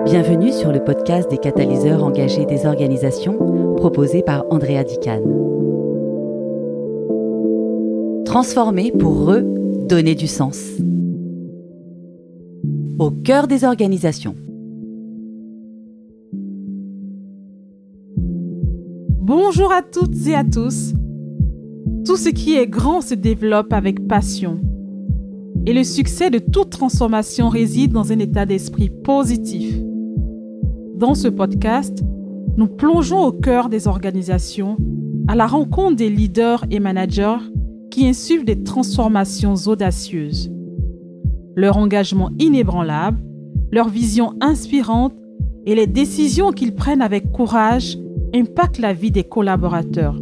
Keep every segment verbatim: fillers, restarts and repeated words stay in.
Bienvenue sur le podcast des catalyseurs engagés des organisations, proposé par Andrea Di-Cane. Transformer pour redonner du sens. Au cœur des organisations. Bonjour à toutes et à tous. Tout ce qui est grand se développe avec passion. Et le succès de toute transformation réside dans un état d'esprit positif. Dans ce podcast, nous plongeons au cœur des organisations, à la rencontre des leaders et managers qui insufflent des transformations audacieuses. Leur engagement inébranlable, leur vision inspirante et les décisions qu'ils prennent avec courage impactent la vie des collaborateurs.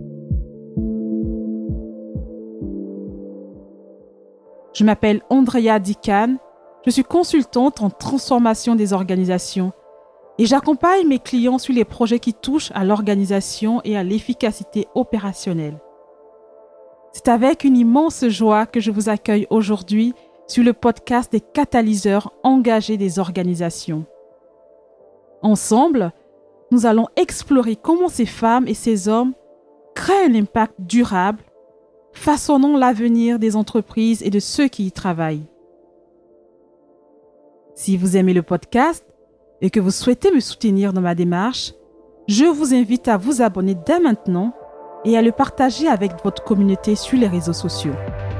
Je m'appelle Andrea Di-Cane, je suis consultante en transformation des organisations et j'accompagne mes clients sur les projets qui touchent à l'organisation et à l'efficacité opérationnelle. C'est avec une immense joie que je vous accueille aujourd'hui sur le podcast des catalyseurs engagés des organisations. Ensemble, nous allons explorer comment ces femmes et ces hommes créent un impact durable, façonnant l'avenir des entreprises et de ceux qui y travaillent. Si vous aimez le podcast et que vous souhaitez me soutenir dans ma démarche, je vous invite à vous abonner dès maintenant et à le partager avec votre communauté sur les réseaux sociaux.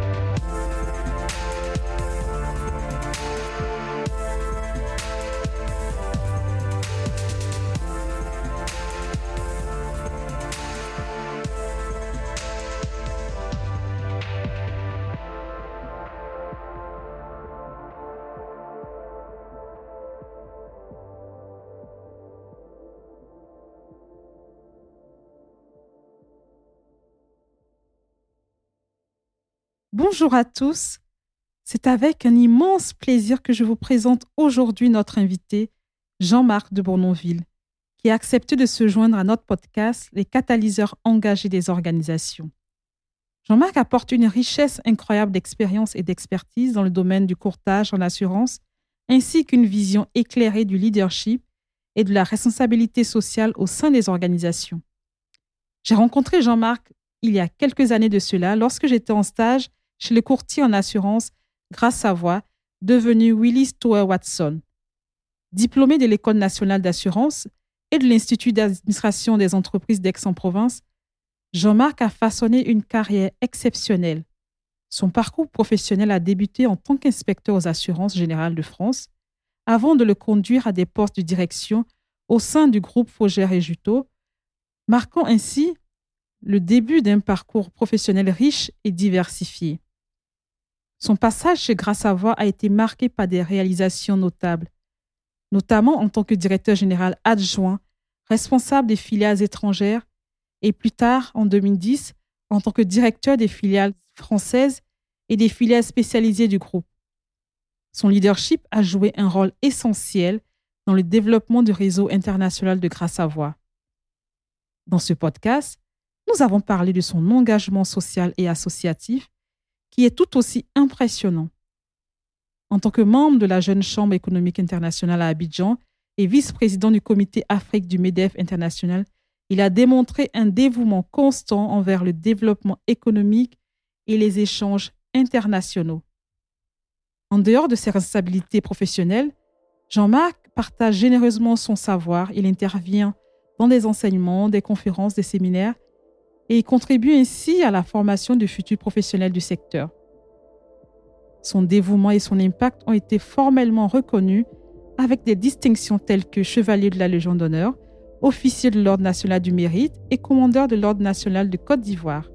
Bonjour à tous, c'est avec un immense plaisir que je vous présente aujourd'hui notre invité, Jean-Marc de Bournonville, qui a accepté de se joindre à notre podcast Les catalyseurs engagés des organisations. Jean-Marc apporte une richesse incroyable d'expérience et d'expertise dans le domaine du courtage en assurance, ainsi qu'une vision éclairée du leadership et de la responsabilité sociale au sein des organisations. J'ai rencontré Jean-Marc il y a quelques années de cela lorsque j'étais en stage chez le courtier en assurance Gras Savoye, devenu Willis Towers Watson. Diplômé de l'École nationale d'assurance et de l'Institut d'administration des entreprises d'Aix-en-Provence, Jean-Marc a façonné une carrière exceptionnelle. Son parcours professionnel a débuté en tant qu'inspecteur aux assurances générales de France, avant de le conduire à des postes de direction au sein du groupe Fougère et Juteau, marquant ainsi le début d'un parcours professionnel riche et diversifié. Son passage chez Gras Savoye a été marqué par des réalisations notables, notamment en tant que directeur général adjoint, responsable des filiales étrangères et plus tard, en deux mille dix, en tant que directeur des filiales françaises et des filiales spécialisées du groupe. Son leadership a joué un rôle essentiel dans le développement du réseau international de Gras Savoye. Dans ce podcast, nous avons parlé de son engagement social et associatif qui est tout aussi impressionnant. En tant que membre de la Jeune Chambre économique internationale à Abidjan et vice-président du comité Afrique du MEDEF international, il a démontré un dévouement constant envers le développement économique et les échanges internationaux. En dehors de ses responsabilités professionnelles, Jean-Marc partage généreusement son savoir. Il intervient dans des enseignements, des conférences, des séminaires et il contribue ainsi à la formation de futurs professionnels du secteur. Son dévouement et son impact ont été formellement reconnus avec des distinctions telles que Chevalier de la Légion d'honneur, Officier de l'Ordre national du mérite et Commandeur de l'Ordre national de Côte d'Ivoire.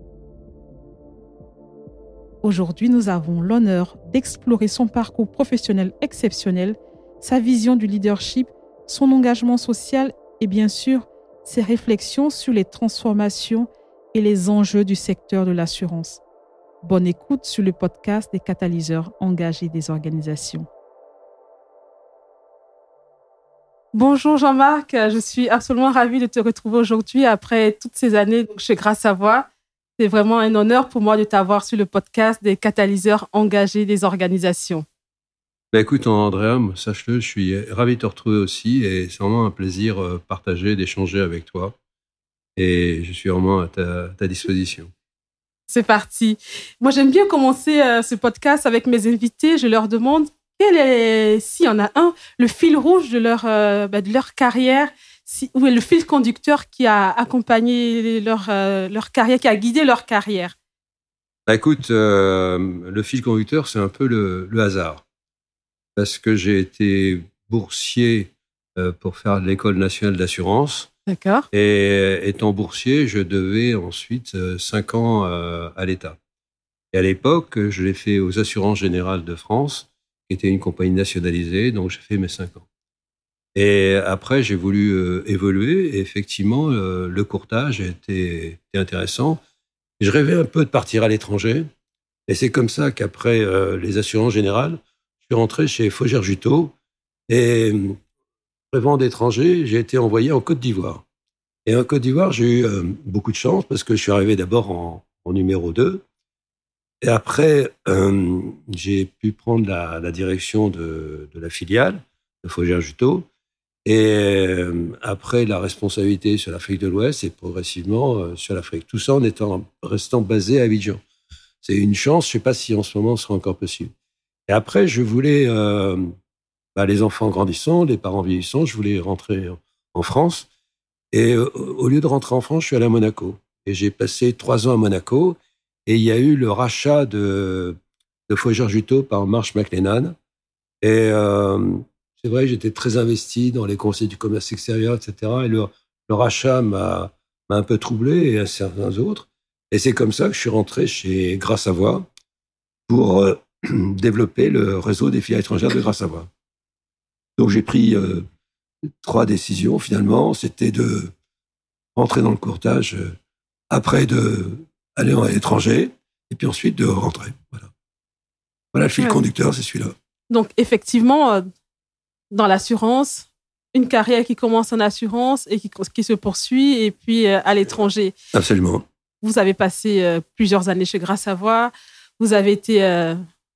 Aujourd'hui, nous avons l'honneur d'explorer son parcours professionnel exceptionnel, sa vision du leadership, son engagement social et bien sûr, ses réflexions sur les transformations et les enjeux du secteur de l'assurance. Bonne écoute sur le podcast des catalyseurs engagés des organisations. Bonjour Jean-Marc, je suis absolument ravie de te retrouver aujourd'hui après toutes ces années chez Gras Savoye. C'est vraiment un honneur pour moi de t'avoir sur le podcast des catalyseurs engagés des organisations. Bah écoute, Andrea, sache-le, je suis ravi de te retrouver aussi et c'est vraiment un plaisir euh, partagé, d'échanger avec toi. Et je suis vraiment à ta, à ta disposition. C'est parti. Moi, j'aime bien commencer euh, ce podcast avec mes invités. Je leur demande quel est, s'il y en a un, le fil rouge de leur, euh, bah, de leur carrière, si, ou le fil conducteur qui a accompagné leur, euh, leur carrière, qui a guidé leur carrière. Bah écoute, euh, le fil conducteur, c'est un peu le, le hasard. Parce que j'ai été boursier euh, pour faire l'École nationale d'assurance. D'accord. Et étant boursier, je devais ensuite euh, cinq ans euh, à l'État. Et à l'époque, je l'ai fait aux Assurances Générales de France, qui était une compagnie nationalisée, donc j'ai fait mes cinq ans. Et après, j'ai voulu euh, évoluer, et effectivement, euh, le courtage était, était intéressant. Je rêvais un peu de partir à l'étranger, et c'est comme ça qu'après euh, les Assurances Générales, je suis rentré chez Faugère-Juteau, et rêvant d'étranger, j'ai été envoyé en Côte d'Ivoire. Et en Côte d'Ivoire, j'ai eu euh, beaucoup de chance, parce que je suis arrivé d'abord en, en numéro deux, et après, euh, j'ai pu prendre la, la direction de, de la filiale de Faugère-Juteau. Et euh, après, la responsabilité sur l'Afrique de l'Ouest et progressivement euh, sur l'Afrique. Tout ça en étant, restant basé à Abidjan. C'est une chance, je ne sais pas si en ce moment ce sera encore possible. Et après, je voulais, euh, bah, les enfants grandissant, les parents vieillissant, je voulais rentrer en, en France. Et euh, au lieu de rentrer en France, je suis allé à Monaco. Et j'ai passé trois ans à Monaco. Et il y a eu le rachat de, de Faugère-Juteau par Marsh McLennan. Et euh, c'est vrai que j'étais très investi dans les conseils du commerce extérieur, et cetera. Et le, le rachat m'a, m'a un peu troublé, et certains autres. Et c'est comme ça que je suis rentré chez Gras Savoye pour euh, développer le réseau des filiales étrangères de Gras Savoye. Donc j'ai pris euh, trois décisions finalement. C'était de rentrer dans le courtage, euh, après de aller à l'étranger, et puis ensuite de rentrer. Voilà, voilà le fil Ouais. conducteur, c'est celui-là. Donc, effectivement, euh, dans l'assurance, une carrière qui commence en assurance et qui, qui se poursuit, et puis euh, à l'étranger. Absolument. Vous avez passé euh, plusieurs années chez Gras Savoye. Vous avez été euh,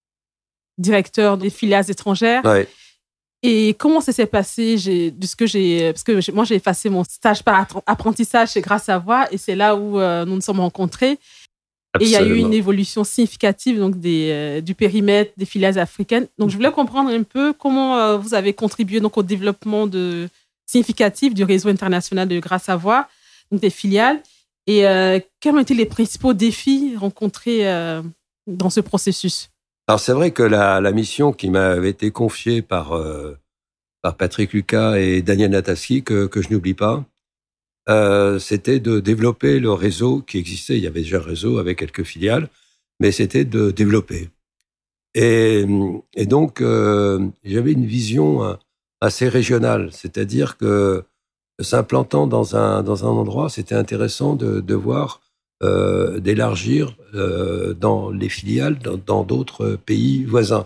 directeur des filiales étrangères. Ouais. Et comment ça s'est passé j'ai, de ce que j'ai, parce que j'ai, moi, j'ai effacé mon stage par apprentissage chez Gras Savoye, et c'est là où euh, nous nous sommes rencontrés. Et il y a eu une évolution significative donc des, euh, du périmètre des filiales africaines. Donc, je voulais comprendre un peu comment euh, vous avez contribué donc, au développement de, significatif du réseau international de Gras Savoye, donc des filiales. Et euh, quels ont été les principaux défis rencontrés euh, dans ce processus? Alors, c'est vrai que la, la mission qui m'avait été confiée par, euh, par Patrick Lucas et Daniel Nataski, que, que je n'oublie pas, Euh, c'était de développer le réseau qui existait. Il y avait déjà un réseau avec quelques filiales, mais c'était de développer. Et, et donc, euh, j'avais une vision assez régionale, c'est-à-dire que s'implantant dans un, dans un endroit, c'était intéressant de, de voir euh, d'élargir euh, dans les filiales dans, dans d'autres pays voisins.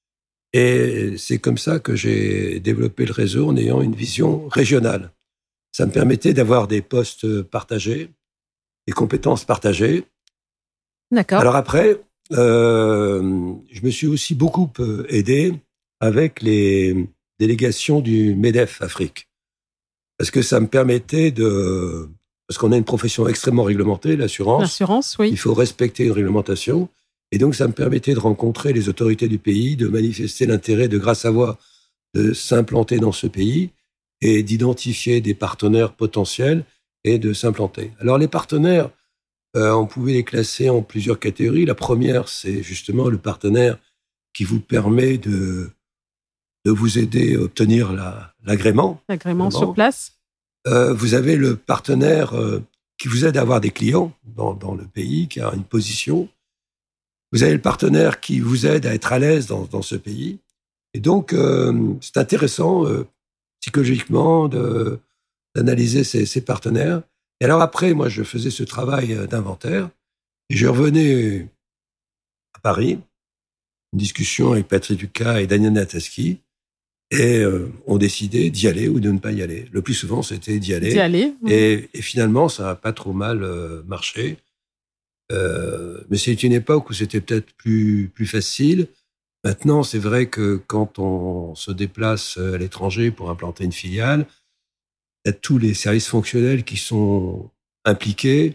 Et c'est comme ça que j'ai développé le réseau en ayant une vision régionale. Ça me permettait d'avoir des postes partagés, des compétences partagées. D'accord. Alors après, euh, je me suis aussi beaucoup aidé avec les délégations du MEDEF Afrique. Parce que ça me permettait de... Parce qu'on a une profession extrêmement réglementée, l'assurance. L'assurance, oui. Il faut respecter une réglementation. Et donc, ça me permettait de rencontrer les autorités du pays, de manifester l'intérêt de Gras Savoye de s'implanter dans ce pays et d'identifier des partenaires potentiels et de s'implanter. Alors, les partenaires, euh, on pouvait les classer en plusieurs catégories. La première, c'est justement le partenaire qui vous permet de, de vous aider à obtenir la, l'agrément. L'agrément sur place. Euh, vous avez le partenaire euh, qui vous aide à avoir des clients dans, dans le pays, qui a une position. Vous avez le partenaire qui vous aide à être à l'aise dans, dans ce pays. Et donc, euh, c'est intéressant euh, psychologiquement de, d'analyser ces, ces partenaires. Et alors après, moi, je faisais ce travail d'inventaire et je revenais à Paris, une discussion avec Patrick Lucas et Daniel Nataski, et euh, on décidait d'y aller ou de ne pas y aller. Le plus souvent, c'était d'y aller. D'y aller. Oui. Et, et finalement, ça n'a pas trop mal euh, marché. Euh, mais c'est une époque où c'était peut-être plus, plus facile Maintenant, c'est vrai que quand on se déplace à l'étranger pour implanter une filiale, il y a tous les services fonctionnels qui sont impliqués,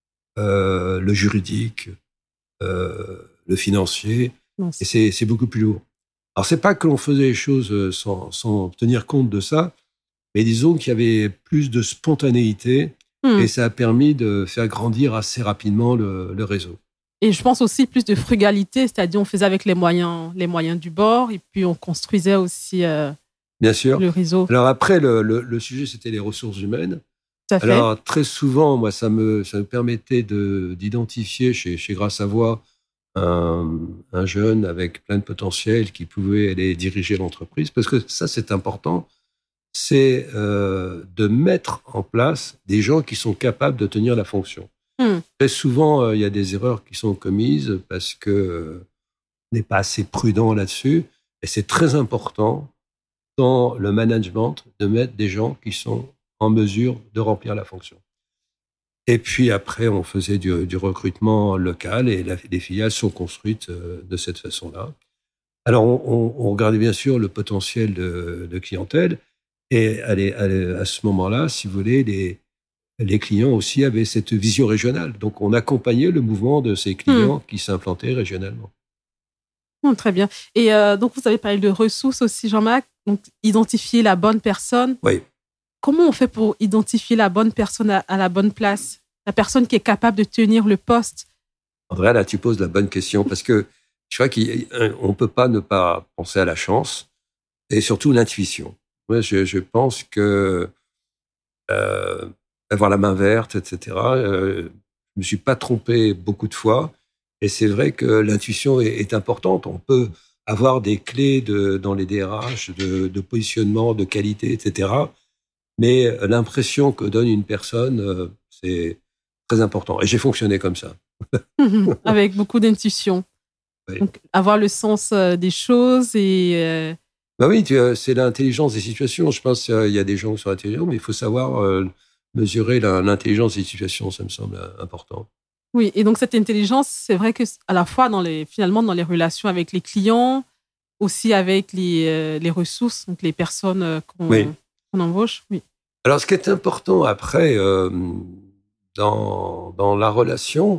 euh, le juridique, euh, le financier, Non, et c'est- c'est, c'est beaucoup plus lourd. Alors, c'est pas que l'on faisait les choses sans, sans tenir compte de ça, mais disons qu'il y avait plus de spontanéité Hmm. et ça a permis de faire grandir assez rapidement le, le réseau. Et je pense aussi plus de frugalité, c'est-à-dire on faisait avec les moyens, les moyens du bord et puis on construisait aussi euh, Bien sûr. le réseau. Alors après, le, le, le sujet, c'était les ressources humaines. Tout à fait. Alors, très souvent, moi, ça me, ça me permettait de, d'identifier chez, chez Grâce à Voix un, un jeune avec plein de potentiel qui pouvait aller diriger l'entreprise. Parce que ça, c'est important. C'est euh, de mettre en place des gens qui sont capables de tenir la fonction. Hmm. Très souvent, euh, il y a des erreurs qui sont commises parce que euh, on n'est pas assez prudent là-dessus. Et c'est très important dans le management de mettre des gens qui sont en mesure de remplir la fonction. Et puis après, on faisait du, du recrutement local et la, les filiales sont construites euh, de cette façon-là. Alors, on, on, on regardait bien sûr le potentiel de, de clientèle et à, les, à, à ce moment-là, si vous voulez, les, les clients aussi avaient cette vision régionale. Donc, on accompagnait le mouvement de ces clients mmh. qui s'implantaient régionalement. Mmh, très bien. Et euh, donc, vous avez parlé de ressources aussi, Jean-Marc. Donc, identifier la bonne personne. Oui. Comment on fait pour identifier la bonne personne à, à la bonne place? La personne qui est capable de tenir le poste? Andrea, là, tu poses la bonne question parce que je crois qu'on ne peut pas ne pas penser à la chance et surtout l'intuition. Moi, je, je pense que euh, avoir la main verte, et cetera, euh, je ne me suis pas trompé beaucoup de fois. Et c'est vrai que l'intuition est, est importante. On peut avoir des clés de, dans les D R H, de, de positionnement, de qualité, et cetera. Mais l'impression que donne une personne, euh, c'est très important. Et j'ai fonctionné comme ça. Avec beaucoup d'intuition. Oui. Donc, avoir le sens euh, des choses et... Euh... Bah oui, tu, c'est l'intelligence des situations. Je pense qu'il y a des gens qui sont intelligents, mais il faut savoir euh, mesurer la, l'intelligence des situations. Ça me semble important. Oui, et donc cette intelligence, c'est vrai que à la fois dans les, finalement dans les relations avec les clients, aussi avec les, euh, les ressources, donc les personnes qu'on, oui. qu'on embauche. Oui. Alors, ce qui est important après euh, dans, dans la relation,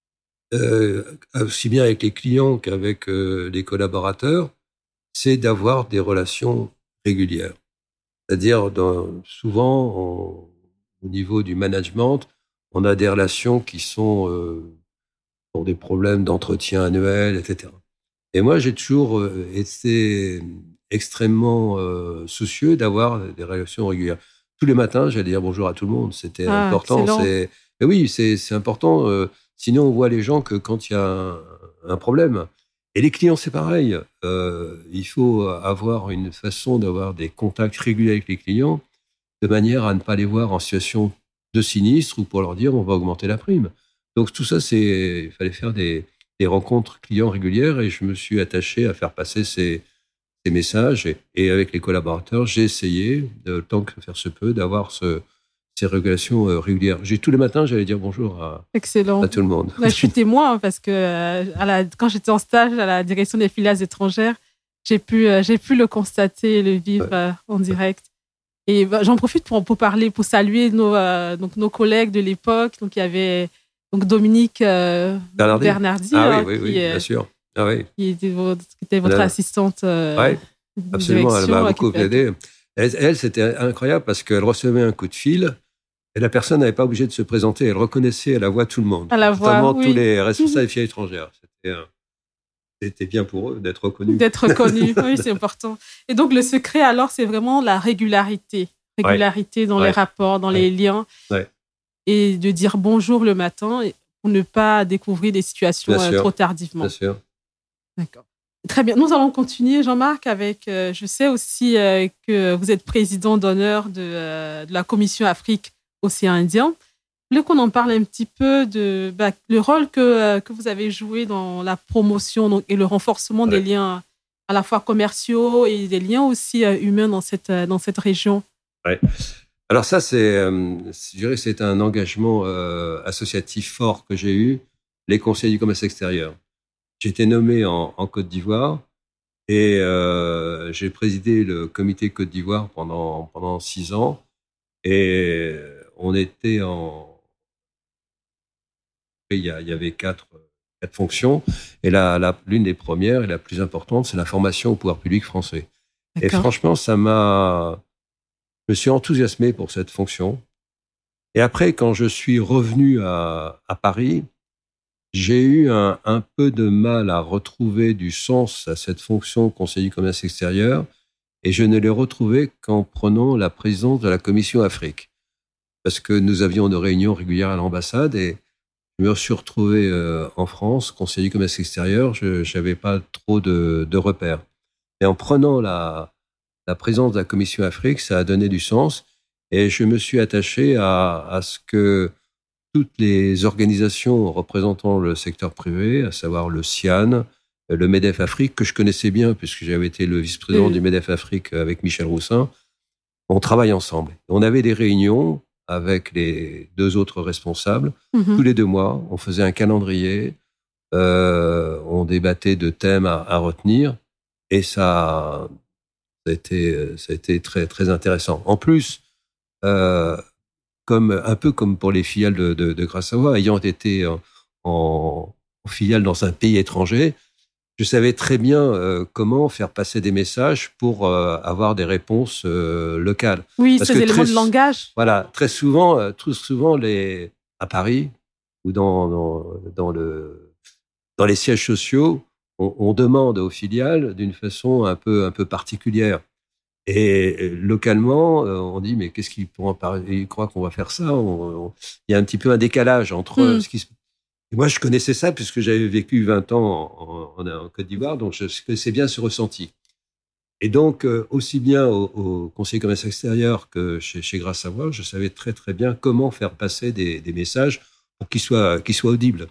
euh, aussi bien avec les clients qu'avec euh, les collaborateurs, c'est d'avoir des relations régulières. C'est-à-dire, dans, souvent, on, au niveau du management, on a des relations qui sont euh, pour des problèmes d'entretien annuel, et cetera. Et moi, j'ai toujours euh, été extrêmement euh, soucieux d'avoir des relations régulières. Tous les matins, j'allais dire bonjour à tout le monde. C'était ah, important. C'est... Mais oui, c'est, c'est important. Euh, sinon, on voit les gens que quand il y a un, un problème. Et les clients, c'est pareil. Euh, il faut avoir une façon d'avoir des contacts réguliers avec les clients de manière à ne pas les voir en situation de sinistre ou pour leur dire on va augmenter la prime. Donc tout ça, c'est il fallait faire des, des rencontres clients régulières et je me suis attaché à faire passer ces, ces messages. Et, et avec les collaborateurs, j'ai essayé, de, tant que faire se peut, d'avoir ce, ces régulations euh, régulières. J'ai, tous les matins, j'allais dire bonjour à, Excellent. à tout le monde. Là, je suis témoin parce que euh, à la, quand j'étais en stage à la direction des filiales étrangères, j'ai pu, euh, j'ai pu le constater et le vivre ouais. euh, en direct. Et bah, j'en profite pour, pour parler, pour saluer nos, euh, donc, nos collègues de l'époque. Donc, il y avait donc, Dominique euh, Bernardi, Bernardi ah, hein, oui, oui, qui, oui, bien sûr. Ah, oui. qui, était votre, qui était votre elle, assistante. Euh, oui, absolument, elle m'a beaucoup aidé. Elle, elle, c'était incroyable parce qu'elle recevait un coup de fil et la personne n'avait pas obligé de se présenter. Elle reconnaissait à la voix tout le monde, à la notamment voix, oui. tous les responsables des filiales étrangères. C'était un... C'était bien pour eux d'être reconnus. D'être reconnus, oui, c'est important. Et donc, le secret, alors, c'est vraiment la régularité. Régularité ouais. dans ouais. les rapports, dans ouais. les liens. Ouais. Et de dire bonjour le matin pour ne pas découvrir des situations euh, trop tardivement. Bien sûr. D'accord. Très bien. Nous allons continuer, Jean-Marc, avec... Euh, je sais aussi euh, que vous êtes président d'honneur de, euh, de la Commission Afrique-Océan Indien. Je voulais qu'on en parle un petit peu de bah, le rôle que, euh, que vous avez joué dans la promotion donc, et le renforcement ouais. des liens à la fois commerciaux et des liens aussi euh, humains dans cette, euh, dans cette région. Ouais. Alors ça, c'est, euh, je dirais, c'est un engagement euh, associatif fort que j'ai eu, les conseils du commerce extérieur. J'ai été nommé en, en Côte d'Ivoire Et euh, j'ai présidé le comité Côte d'Ivoire pendant, pendant six ans. Et on était en... Il y, a, il y avait quatre, quatre fonctions. Et la, la, l'une des premières et la plus importante, c'est la formation au pouvoir public français. D'accord. Et franchement, ça m'a... Je me suis enthousiasmé pour cette fonction. Et après, quand je suis revenu à, à Paris, j'ai eu un, un peu de mal à retrouver du sens à cette fonction conseiller du commerce extérieur. Et je ne l'ai retrouvé qu'en prenant la présidence de la Commission Afrique. Parce que nous avions des réunions régulières à l'ambassade et je me suis retrouvé euh, en France, conseiller du commerce extérieur, je n'avais pas trop de, de repères. Et en prenant la, la présidence de la Commission Afrique, ça a donné du sens et je me suis attaché à, à ce que toutes les organisations représentant le secteur privé, à savoir le SIAN, le MEDEF Afrique, que je connaissais bien puisque j'avais été le vice-président mmh. du MEDEF Afrique avec Michel Roussin, on travaille ensemble. On avait des réunions avec les deux autres responsables. Mmh. Tous les deux mois, on faisait un calendrier, euh, on débattait de thèmes à, à retenir, et ça, ça, a été, ça a été très, très intéressant. En plus, euh, comme, un peu comme pour les filiales de, de, de Grâce Savoie, ayant été en, en, en filiale dans un pays étranger, je savais très bien euh, comment faire passer des messages pour euh, avoir des réponses euh, locales. Oui, ces éléments de langage. Voilà, très souvent, euh, très souvent les, à Paris ou dans, dans, dans, le, dans les sièges sociaux, on, on demande aux filiales d'une façon un peu, un peu particulière. Et localement, euh, on dit, mais qu'est-ce qu'ils pourront parler ? Ils croient qu'on va faire ça. On, on, il y a un petit peu un décalage entre mmh. ce qui se Et moi, je connaissais ça puisque j'avais vécu vingt ans en, en, en Côte d'Ivoire, donc je connaissais bien ce ressenti. Et donc, euh, aussi bien au, au Conseil commerce extérieur que chez, chez Grâce Savoie, je savais très très bien comment faire passer des, des messages pour qu'ils soient, qu'ils soient audibles.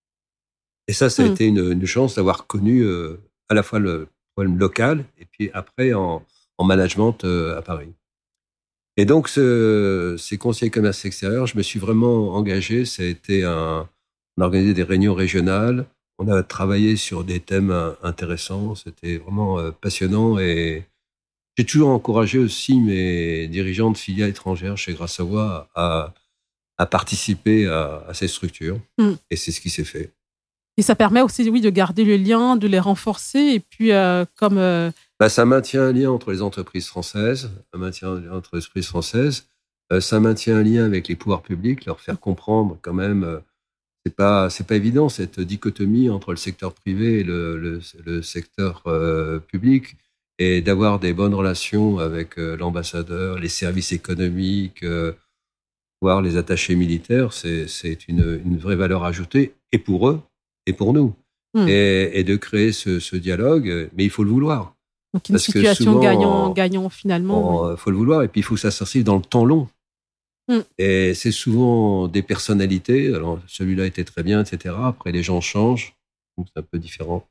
Et ça, ça a mmh. été une, une chance d'avoir connu euh, à la fois le problème local et puis après en, en management euh, à Paris. Et donc, ce, ces conseillers commerce extérieur, je me suis vraiment engagé. Ça a été un... On a organisé des réunions régionales. On a travaillé sur des thèmes intéressants. C'était vraiment euh, passionnant. Et j'ai toujours encouragé aussi mes dirigeants de filiales étrangères chez Grâce Savoie à, à participer à, à ces structures. Mm. Et c'est ce qui s'est fait. Et ça permet aussi, oui, de garder le lien, de les renforcer. Et puis, euh, comme... Euh... Bah, ça maintient un lien entre les entreprises françaises. Ça maintient un lien entre les entreprises françaises. Euh, ça maintient un lien avec les pouvoirs publics, leur faire comprendre quand même... Euh, C'est pas, c'est pas évident cette dichotomie entre le secteur privé et le, le, le secteur euh, public, et d'avoir des bonnes relations avec euh, l'ambassadeur, les services économiques, euh, voire les attachés militaires, c'est, c'est une, une vraie valeur ajoutée, et pour eux, et pour nous. Mmh. Et, et de créer ce, ce dialogue, mais il faut le vouloir. Donc une Parce situation gagnant-gagnant finalement. Il oui. faut le vouloir, et puis il faut que ça s'inscrive dans le temps long. Mm. Et c'est souvent des personnalités. Alors, celui-là était très bien, et cetera. Après, les gens changent. Donc, c'est un peu différent.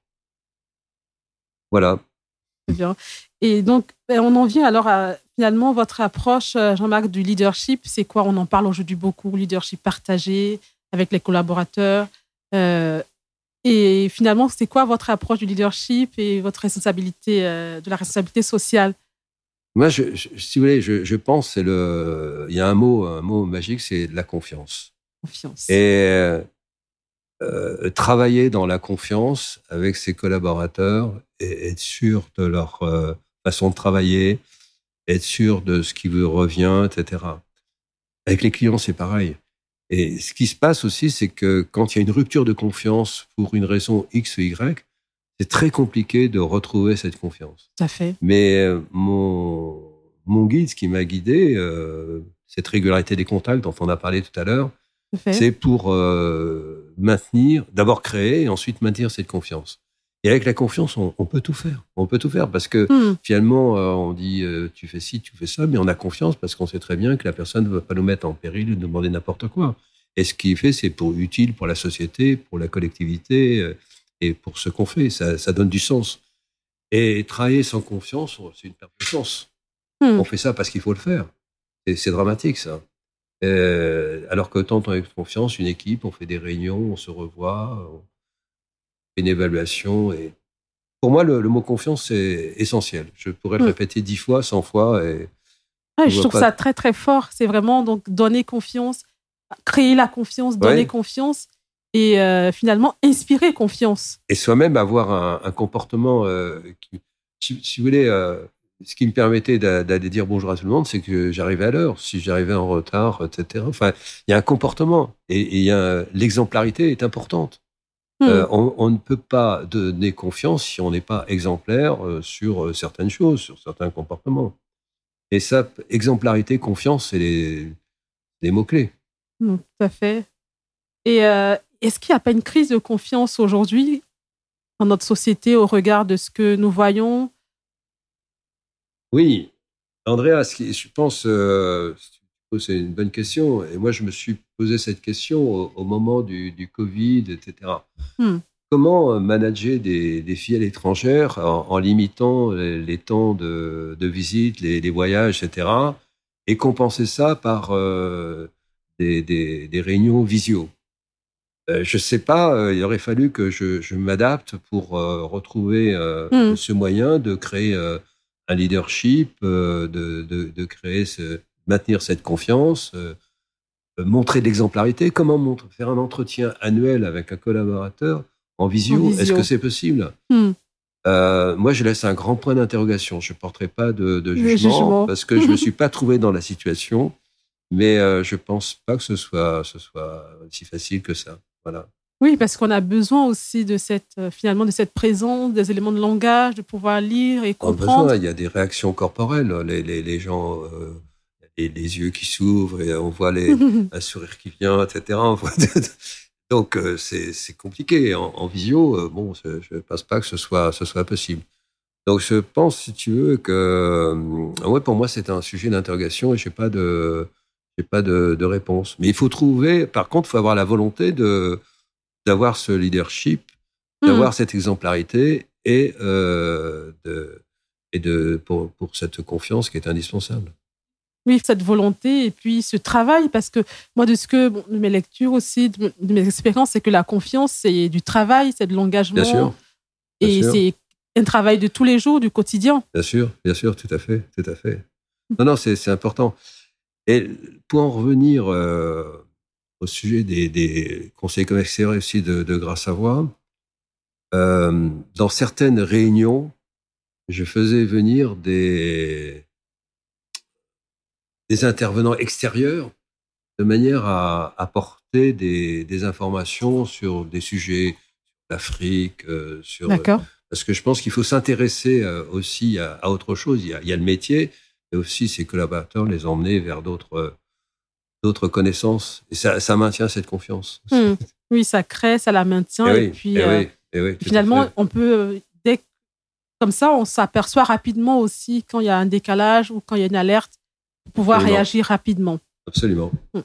Voilà. Très bien. Et donc, on en vient alors à, finalement, votre approche, Jean-Marc, du leadership. C'est quoi ? On en parle aujourd'hui beaucoup, leadership partagé avec les collaborateurs. Euh, et finalement, c'est quoi votre approche du leadership et votre responsabilité, euh, de la responsabilité sociale ? Moi, je, je, si vous voulez, je, je pense c'est le. Il y a un mot, un mot magique, c'est la confiance. Confiance. Et euh, travailler dans la confiance avec ses collaborateurs et être sûr de leur euh, façon de travailler, être sûr de ce qui vous revient, et cetera. Avec les clients, c'est pareil. Et ce qui se passe aussi, c'est que quand il y a une rupture de confiance pour une raison X ou Y, c'est très compliqué de retrouver cette confiance. Tout à fait. Mais mon, mon guide, ce qui m'a guidé, euh, cette régularité des contacts dont on a parlé tout à l'heure, c'est pour euh, maintenir, d'abord créer et ensuite maintenir cette confiance. Et avec la confiance, on, on peut tout faire. On peut tout faire parce que mmh. finalement, euh, on dit euh, tu fais ci, tu fais ça, mais on a confiance parce qu'on sait très bien que la personne ne va pas nous mettre en péril ou nous demander n'importe quoi. Et ce qu'il fait, c'est pour utile pour la société, pour la collectivité. Euh, Et pour ce qu'on fait, ça, ça donne du sens. Et travailler sans confiance, c'est une perte de sens. Mmh. On fait ça parce qu'il faut le faire. Et c'est dramatique, ça. Euh, alors que tant on a confiance, une équipe, on fait des réunions, on se revoit, on fait une évaluation. Et pour moi, le, le mot confiance est essentiel. Je pourrais le mmh. répéter dix fois, cent fois. Et ouais, je trouve pas... ça très, très fort. C'est vraiment donc donner confiance, créer la confiance, donner ouais. confiance et euh, finalement inspirer confiance. Et soi-même avoir un, un comportement euh, qui, si, si vous voulez, euh, ce qui me permettait d'aller dire bonjour à tout le monde, c'est que j'arrivais à l'heure. Si j'arrivais en retard, et cetera. Enfin, il y a un comportement et, et il y a l'exemplarité est importante. Mmh. Euh, on, on ne peut pas donner confiance si on n'est pas exemplaire euh, sur certaines choses, sur certains comportements. Et ça, exemplarité, confiance, c'est les, les mots-clés. Mmh, tout à fait. Et euh, est-ce qu'il n'y a pas une crise de confiance aujourd'hui dans notre société au regard de ce que nous voyons? Oui. Andrea, je pense, euh, c'est une bonne question. Et moi, je me suis posé cette question au, au moment du, du Covid, et cetera. Hmm. Comment manager des, des filiales étrangères en, en limitant les, les temps de, de visite, les, les voyages, et cetera, et compenser ça par euh, des, des, des réunions visio? euh, Je ne sais pas, euh, il aurait fallu que je, je m'adapte pour euh, retrouver euh, hmm. ce moyen de créer euh, un leadership, euh, de, de, de créer ce, maintenir cette confiance, euh, montrer de l'exemplarité. Comment montrer, faire un entretien annuel avec un collaborateur en visio, en visio. Est-ce que c'est possible? hmm. euh, Moi, je laisse un grand point d'interrogation. Je ne porterai pas de, de jugement, jugement parce que je ne me suis pas trouvé dans la situation, mais euh, je ne pense pas que ce soit, ce soit si facile que ça. Voilà. Oui, parce qu'on a besoin aussi de cette, euh, finalement, de cette présence, des éléments de langage, de pouvoir lire et comprendre. Besoin, il y a des réactions corporelles. Les, les, les gens, euh, les, les yeux qui s'ouvrent et on voit les, un sourire qui vient, et cetera. On voit donc, euh, c'est, c'est compliqué. En, en visio, euh, bon, je ne pense pas que ce soit, ce soit possible. Donc, je pense, si tu veux, que euh, ouais, pour moi, c'est un sujet d'interrogation et je n'ai pas, de, j'ai pas de, de réponse. Mais il faut trouver, par contre, il faut avoir la volonté de... d'avoir ce leadership, d'avoir mmh. cette exemplarité et, euh, de, et de, pour, pour cette confiance qui est indispensable. Oui, cette volonté et puis ce travail, parce que moi, de ce que bon, de mes lectures aussi, de, de mes expériences, c'est que la confiance, c'est du travail, c'est de l'engagement. Bien sûr. Bien et sûr. C'est un travail de tous les jours, du quotidien. Bien sûr, bien sûr, tout à fait, tout à fait. Non, non, c'est, c'est important. Et pour en revenir euh, au sujet des, des conseillers commerciaux aussi de, de Gras Savoye, euh, dans certaines réunions, je faisais venir des, des intervenants extérieurs de manière à apporter des, des informations sur des sujets, l'Afrique, euh, sur... D'accord. Parce que je pense qu'il faut s'intéresser euh, aussi à, à autre chose. Il y, a, il y a le métier, mais aussi ces collaborateurs, les emmener vers d'autres... Euh, d'autres connaissances. Et ça, ça maintient cette confiance. Mmh. Oui, ça crée, ça la maintient. Et, et oui, puis, et euh, oui, et oui, finalement, on peut, dès, comme ça, on s'aperçoit rapidement aussi quand il y a un décalage ou quand il y a une alerte, pour pouvoir Absolument. réagir rapidement. Absolument. Mmh.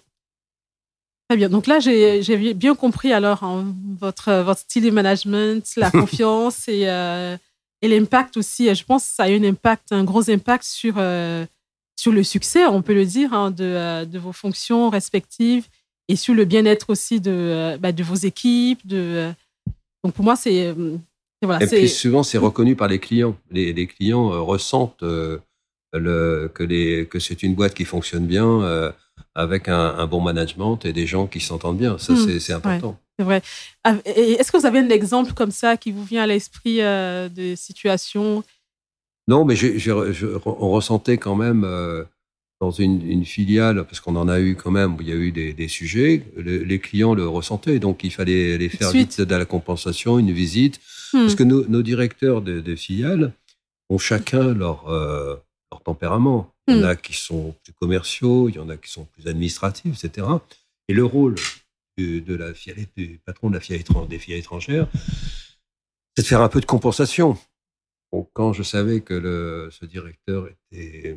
Très bien. Donc là, j'ai, j'ai bien compris alors hein, votre, votre style de management, la confiance et, euh, et l'impact aussi. Je pense que ça a eu un impact, un gros impact sur... Euh, sur le succès, on peut le dire, hein, de, de vos fonctions respectives et sur le bien-être aussi de, bah, de vos équipes. De, donc pour moi, c'est... Voilà, et c'est... puis souvent, c'est reconnu par les clients. Les, les clients euh, ressentent euh, le, que, les, que c'est une boîte qui fonctionne bien euh, avec un, un bon management et des gens qui s'entendent bien. Ça, mmh, c'est, c'est important. Ouais, c'est vrai. Et est-ce que vous avez un exemple comme ça qui vous vient à l'esprit euh, de situations? Non, mais j'ai, j'ai, je, on ressentait quand même euh, dans une, une filiale, parce qu'on en a eu quand même, où il y a eu des, des sujets, le, les clients le ressentaient, donc il fallait les faire vite de la compensation, une visite, hmm. parce que nos, nos directeurs de, de filiales ont chacun leur, euh, leur tempérament. Il y en a qui sont plus commerciaux, il y en a qui sont plus administratifs, et cetera. Et le rôle du, de la filiale, du patron de la filiale étrangère, des filiales étrangères, c'est de faire un peu de compensation. Donc, quand je savais que le, ce directeur était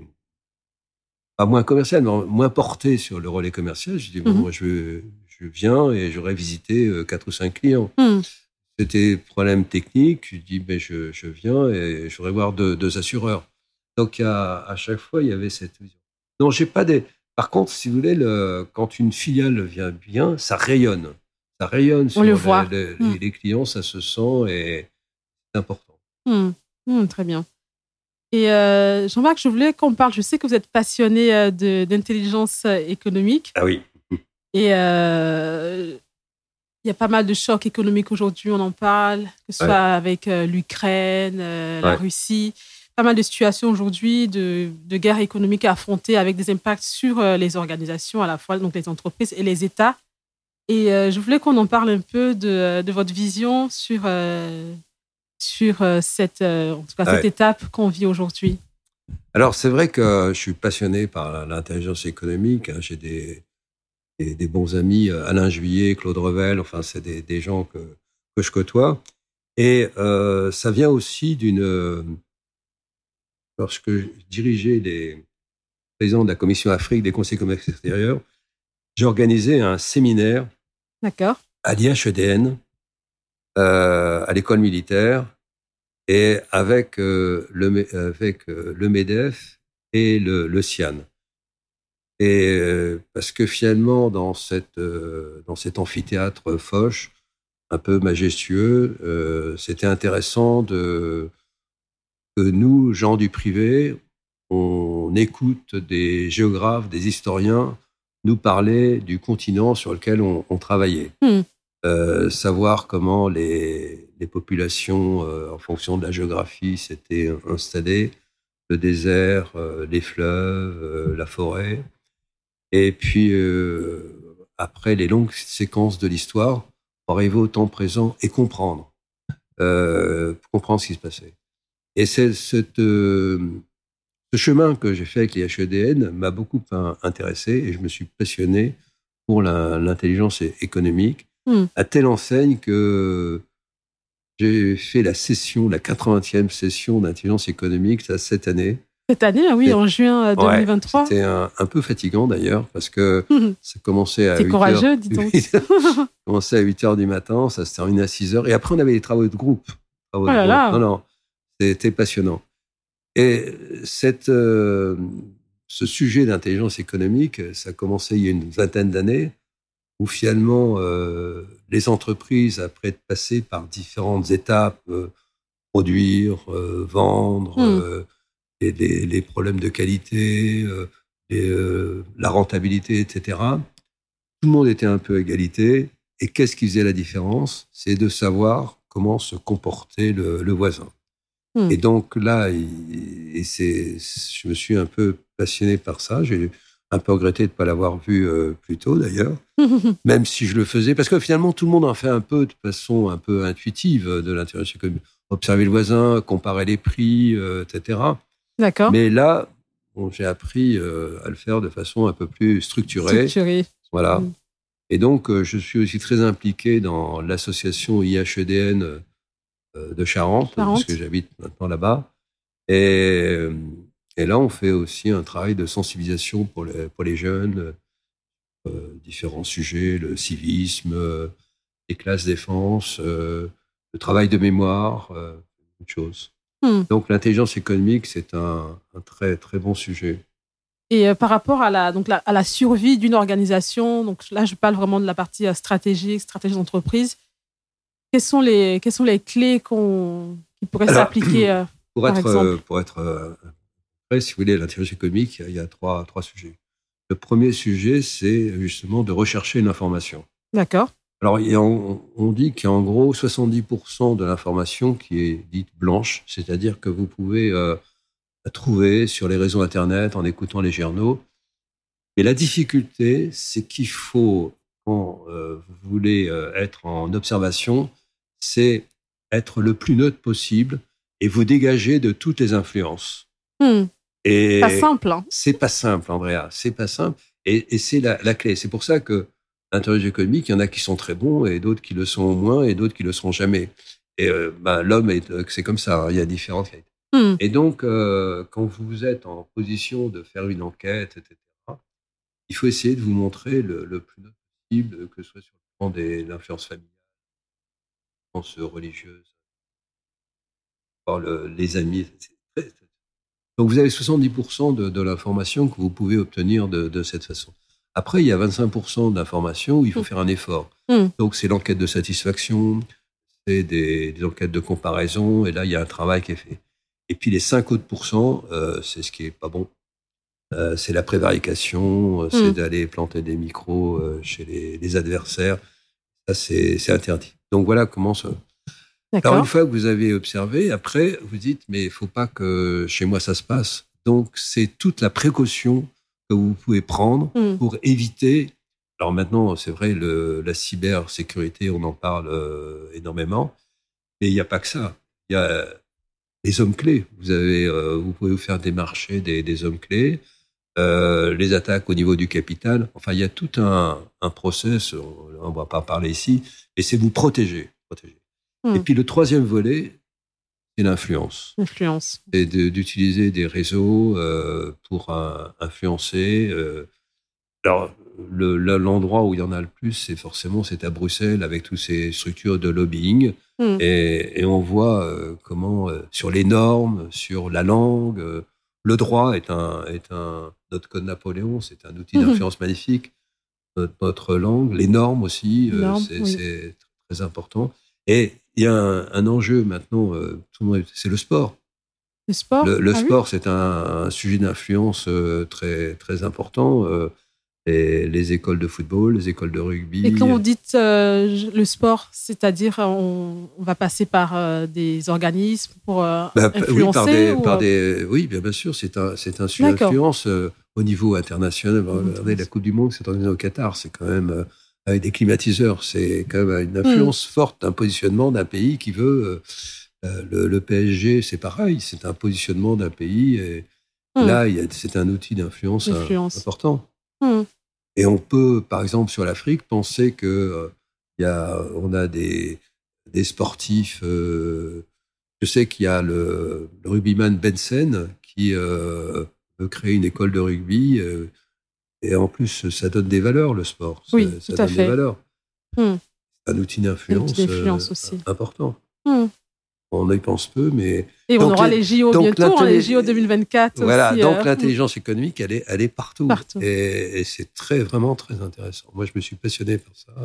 pas moins commercial, mais moins porté sur le relais commercial, je dis bon, mmh. moi je, je viens et j'aurais visité quatre ou cinq clients. Mmh. C'était problème technique. Je dis ben je, je viens et je voudrais voir deux, deux assureurs. Donc à, à chaque fois il y avait cette vision. Non, j'ai pas des. Par contre, si vous voulez, le, quand une filiale vient bien, ça rayonne, ça rayonne On sur le le, voit. le, mmh. les, les clients, ça se sent et c'est important. Mmh. Mmh, très bien. Et euh, Jean-Marc, je voulais qu'on parle, je sais que vous êtes passionné euh, de, d'intelligence euh, économique. Ah oui. Et euh, il y a pas mal de chocs économiques aujourd'hui, on en parle, que ce soit Ouais. avec euh, l'Ukraine, euh, la Ouais. Russie. Pas mal de situations aujourd'hui de, de guerre économique à affronter avec des impacts sur euh, les organisations, à la fois donc les entreprises et les États. Et euh, je voulais qu'on en parle un peu de, de votre vision sur, euh, sur euh, cette, euh, en tout cas, Ouais. cette étape qu'on vit aujourd'hui. Alors, c'est vrai que je suis passionné par l'intelligence économique. Hein. J'ai des, des, des bons amis, Alain Juillet, Claude Revel, enfin, c'est des, des gens que, que je côtoie. Et euh, ça vient aussi d'une... Lorsque je dirigeais les présidents de la Commission Afrique des conseils commerce extérieur, j'ai organisé un séminaire D'accord. à l'I H E D N, euh, à l'école militaire, et avec, euh, le, avec euh, le MEDEF et le, le CIAN. Et euh, parce que finalement, dans, cette, euh, dans cet amphithéâtre Foch, un peu majestueux, euh, c'était intéressant de, que nous, gens du privé, on écoute des géographes, des historiens nous parler du continent sur lequel on, on travaillait. Mmh. Euh, savoir comment les, les populations, euh, en fonction de la géographie, s'étaient installées, le désert, euh, les fleuves, euh, la forêt. Et puis, euh, après les longues séquences de l'histoire, arriver au temps présent et comprendre, euh, comprendre ce qui se passait. Et c'est cette, euh, ce chemin que j'ai fait avec les H E D N m'a beaucoup intéressé et je me suis passionné pour la, l'intelligence économique, mmh. à telle enseigne que j'ai fait la session, la quatre-vingtième session d'intelligence économique ça, cette année. Cette année, oui, en juin deux mille vingt-trois. Ouais, c'était un, un peu fatigant d'ailleurs, parce que mmh. ça commençait à C'est huit heures. courageux, dis donc. Ça commençait à huit heures du matin, ça se terminait à six heures. Et après, on avait les travaux de groupe. Travaux Oh là de là. groupe. Non, non, c'était passionnant. Et cette, euh, ce sujet d'intelligence économique, ça a commencé il y a une vingtaine d'années, où finalement, euh, les entreprises, après être passées par différentes étapes, euh, produire, euh, vendre, mmh. euh, et les, les problèmes de qualité, euh, et, euh, la rentabilité, et cetera. Tout le monde était un peu à égalité. Et qu'est-ce qui faisait la différence? C'est de savoir comment se comportait le, le voisin. Mmh. Et donc là, il, et c'est, je me suis un peu passionné par ça. J'ai un peu regretté de ne pas l'avoir vu euh, plus tôt, d'ailleurs, même si je le faisais, parce que finalement, tout le monde en fait un peu de façon un peu intuitive de l'intelligence économique. Observer le voisin, comparer les prix, euh, et cetera. D'accord. Mais là, bon, j'ai appris euh, à le faire de façon un peu plus structurée. Structuré. Voilà. Mmh. Et donc, euh, je suis aussi très impliqué dans l'association I H E D N euh, de Charente, Charente, parce que j'habite maintenant là-bas. Et, euh, et là, on fait aussi un travail de sensibilisation pour les, pour les jeunes, euh, différents sujets, le civisme, euh, les classes défense, euh, le travail de mémoire, euh, beaucoup de choses. mmh. Donc, l'intelligence économique, c'est un, un très, très bon sujet. Et euh, par rapport à la, donc la, à la survie d'une organisation, donc là, je parle vraiment de la partie euh, stratégique, stratégie d'entreprise. Quelles sont les, quelles sont les clés qu'on, qui pourraient Alors, s'appliquer euh, pour, par être, exemple euh, pour être euh, prêt, si vous voulez, l'intelligence économique, il y a trois, trois sujets. Le premier sujet, c'est justement de rechercher une information. D'accord. Alors, il y a, on, on dit qu'il y a en gros soixante-dix pour cent de l'information qui est dite blanche, c'est-à-dire que vous pouvez euh, la trouver sur les réseaux Internet en écoutant les journaux. Et la difficulté, c'est qu'il faut, quand euh, vous voulez euh, être en observation, c'est être le plus neutre possible et vous dégager de toutes les influences. Mmh. Et pas simple. Hein. C'est pas simple, Andrea. C'est pas simple. Et, et c'est la, la clé. C'est pour ça que l'intelligence économique, il y en a qui sont très bons et d'autres qui le sont moins et d'autres qui le seront jamais. Et euh, ben, l'homme, est, c'est comme ça. Hein, il y a différentes qualités. Mmh. Et donc, euh, quand vous êtes en position de faire une enquête, et cetera, il faut essayer de vous montrer le, le plus neutre possible, que ce soit sur le plan de l'influence familiale, l'influence religieuse, le, les amis. Très, donc, vous avez soixante-dix pour cent de, de l'information que vous pouvez obtenir de, de cette façon. Après, il y a vingt-cinq pour cent d'informations où il faut mmh. faire un effort. Mmh. Donc, c'est l'enquête de satisfaction, c'est des, des enquêtes de comparaison, et là, il y a un travail qui est fait. Et puis les cinq autres pourcents, euh, c'est ce qui est pas bon. Euh, c'est la prévarication, c'est mmh. d'aller planter des micros euh, chez les, les adversaires. Ça, c'est, c'est interdit. Donc voilà comment ça... D'accord. Alors une fois que vous avez observé, après, vous dites, mais il ne faut pas que chez moi ça se passe. Donc c'est toute la précaution que vous pouvez prendre mmh. pour éviter... Alors maintenant, c'est vrai, le, la cybersécurité, on en parle euh, énormément, mais il n'y a pas que ça. Il y a les hommes clés. Vous, avez, euh, vous pouvez vous faire démarcher des, des hommes clés. Euh, les attaques au niveau du capital. Enfin, il y a tout un, un process, on ne va pas parler ici, et c'est vous protéger. protéger. Mmh. Et puis le troisième volet, c'est l'influence. L'influence. C'est de, d'utiliser des réseaux euh, pour euh, influencer. Euh. Alors, le, l'endroit où il y en a le plus, c'est forcément c'est à Bruxelles, avec toutes ces structures de lobbying. Mmh. Et, et on voit euh, comment, euh, sur les normes, sur la langue, euh, le droit est un, est un, notre code Napoléon, c'est un outil d'influence mmh. magnifique. Notre, notre langue, les normes aussi, euh, normes, c'est, oui. c'est très important. Et il y a un, un enjeu maintenant, euh, tout le monde, c'est le sport. Le sport Le, le ah, sport, oui. c'est un, un sujet d'influence euh, très, très important. Euh, et les écoles de football, les écoles de rugby. Et quand vous dites euh, le sport, c'est-à-dire on, on va passer par euh, des organismes pour euh, bah, influencer oui, par des, ou... par des, oui, bien, bien sûr, c'est un, c'est un sujet d'influence euh, au niveau international. Mmh, regardez, la Coupe du Monde, c'est organisé au Qatar, c'est quand même euh, avec des climatiseurs, c'est quand même une influence mmh. forte d'un positionnement d'un pays qui veut. Euh, le, le P S G, c'est pareil, c'est un positionnement d'un pays. Et mmh. là, il y a, c'est un outil d'influence, d'influence. important. Mmh. Et on peut, par exemple, sur l'Afrique, penser que euh, y a, on a des, des sportifs. Euh, je sais qu'il y a le, le rugbyman Benson qui euh, veut créer une école de rugby. Euh, et en plus, ça donne des valeurs, le sport. Oui, ça, tout ça à donne fait. des valeurs. Mmh. C'est un outil d'influence, un outil d'influence euh, aussi. important. Mmh. On y pense peu, mais... Et donc, on aura les, les J O bientôt, hein, les J O deux mille vingt-quatre voilà, aussi. donc euh... l'intelligence économique, elle est, elle est partout. partout. Et, et c'est très, vraiment très intéressant. Moi, je me suis passionné par ça.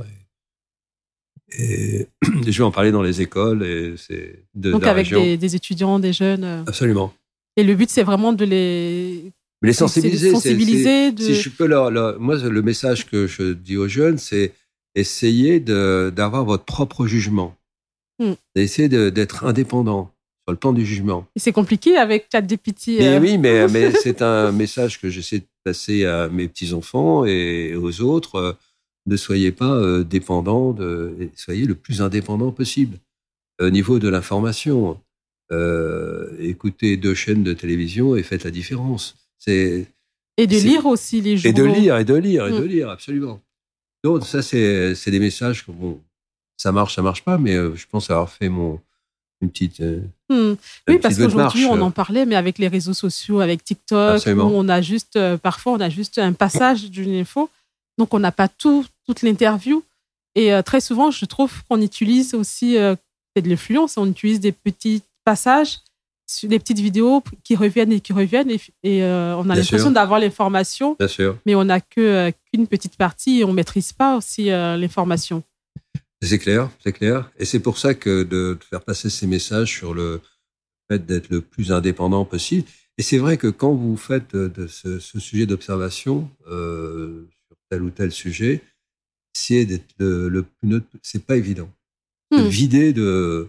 Et, et je vais en parler dans les écoles. Et c'est de, donc de la avec région. Des, des étudiants, des jeunes. Euh... Absolument. Et le but, c'est vraiment de les... Mais les sensibiliser. C'est de sensibiliser c'est, c'est, de... Si je peux leur, leur, moi, le message que je dis aux jeunes, c'est essayer de, d'avoir votre propre jugement. Hmm. D'essayer de, d'être indépendant. Sur le plan du jugement. Et c'est compliqué avec ChatGPT. Mais euh... oui, mais, mais c'est un message que j'essaie de passer à mes petits-enfants et aux autres. Euh, ne soyez pas euh, dépendants, de, soyez le plus indépendant possible. Au niveau de l'information, euh, écoutez deux chaînes de télévision et faites la différence. C'est, et de c'est, lire aussi les journaux. Et de lire, et de lire, et mmh. de lire, absolument. Donc ça, c'est, c'est des messages que, bon, ça marche, ça marche pas, mais euh, je pense avoir fait mon... Une petite, euh, mmh. une oui, petite parce qu'aujourd'hui, marche. on en parlait, mais avec les réseaux sociaux, avec TikTok, Absolument. où on a juste, euh, parfois, on a juste un passage d'une info, donc on n'a pas tout, toute l'interview. Et euh, très souvent, je trouve qu'on utilise aussi, euh, c'est de l'influence, on utilise des petits passages, des petites vidéos qui reviennent et qui reviennent, et, et euh, on a Bien l'impression sûr. d'avoir l'information, Bien sûr. mais on n'a que, euh, qu'une petite partie et on ne maîtrise pas aussi euh, l'information. C'est clair, c'est clair. Et c'est pour ça que de, de faire passer ces messages sur le fait d'être le plus indépendant possible. Et c'est vrai que quand vous faites de, de ce, ce sujet d'observation euh, sur tel ou tel sujet, essayez d'être le, le plus neutre. C'est pas évident. Mmh. Vider de,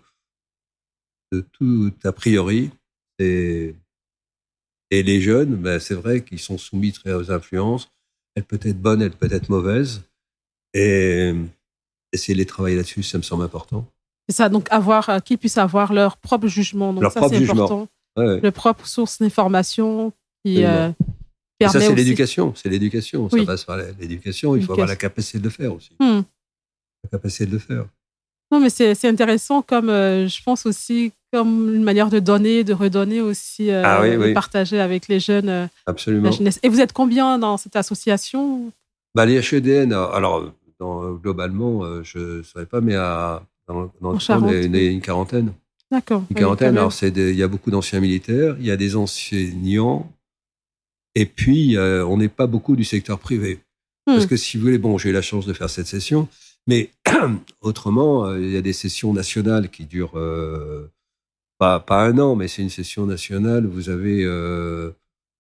de tout a priori. Et, et les jeunes, ben c'est vrai qu'ils sont soumis très aux influences. Elle peut être bonne, elle peut être mauvaise. Et essayer de les travailler là-dessus, ça me semble important. C'est ça, donc avoir, euh, qu'ils puissent avoir leur propre jugement. Donc leur ça, propre c'est jugement. important. Ouais, ouais. Leur propre source d'information qui euh, permet ça, c'est aussi... l'éducation. C'est l'éducation. Oui. Ça passe par l'éducation. Il faut avoir la capacité de le faire aussi. Hmm. La capacité de le faire. Non, mais c'est, c'est intéressant comme, euh, je pense aussi, comme une manière de donner, de redonner aussi, euh, ah, oui, de oui. partager avec les jeunes. Euh, Absolument. La jeunesse. Et vous êtes combien dans cette association ? Bah, les H E D N, alors... Dans, globalement, euh, je ne saurais pas, mais à, dans, dans en le Charente, temps, il y a une quarantaine. D'accord. Une quarantaine. Oui, alors, c'est des, il y a beaucoup d'anciens militaires, il y a des enseignants, et puis euh, on n'est pas beaucoup du secteur privé. Hmm. Parce que si vous voulez, bon, j'ai eu la chance de faire cette session, mais autrement, euh, il y a des sessions nationales qui durent euh, pas, pas un an, mais c'est une session nationale. Vous avez euh,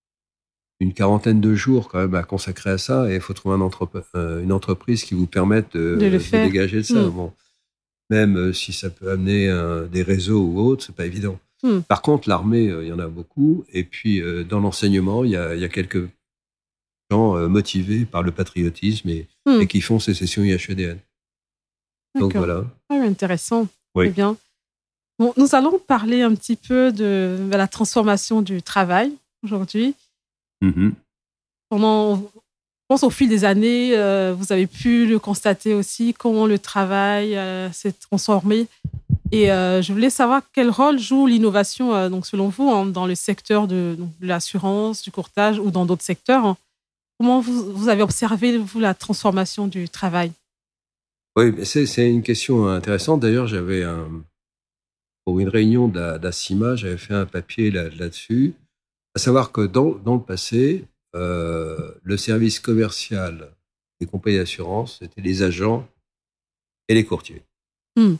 une quarantaine de jours quand même à consacrer à ça, et il faut trouver un entrep- euh, une entreprise qui vous permette de, De le de faire. dégager de ça. Mm. Bon, même euh, si ça peut amener euh, des réseaux ou autre, c'est pas évident. Mm. Par contre, l'armée, euh, il y en a beaucoup, et puis euh, dans l'enseignement, il y a, il y a quelques gens euh, motivés par le patriotisme et, Mm. et qui font ces sessions I H E D N. Donc D'accord. voilà. Ah oui, intéressant. Oui. Très bien. Bon, nous allons parler un petit peu de, de la transformation du travail aujourd'hui. Mm-hmm. Pendant, je pense au fil des années, euh, vous avez pu le constater aussi, comment le travail euh, s'est transformé. Et euh, je voulais savoir quel rôle joue l'innovation, euh, donc selon vous, hein, dans le secteur de, donc, de l'assurance, du courtage ou dans d'autres secteurs. Hein. Comment vous, vous avez observé, vous, la transformation du travail? Oui, mais c'est, c'est une question intéressante. D'ailleurs, j'avais un, pour une réunion d'A- d'ACIMA, j'avais fait un papier là, là-dessus. À savoir que dans, dans le passé, euh, le service commercial des compagnies d'assurance, c'était les agents et les courtiers. Mm.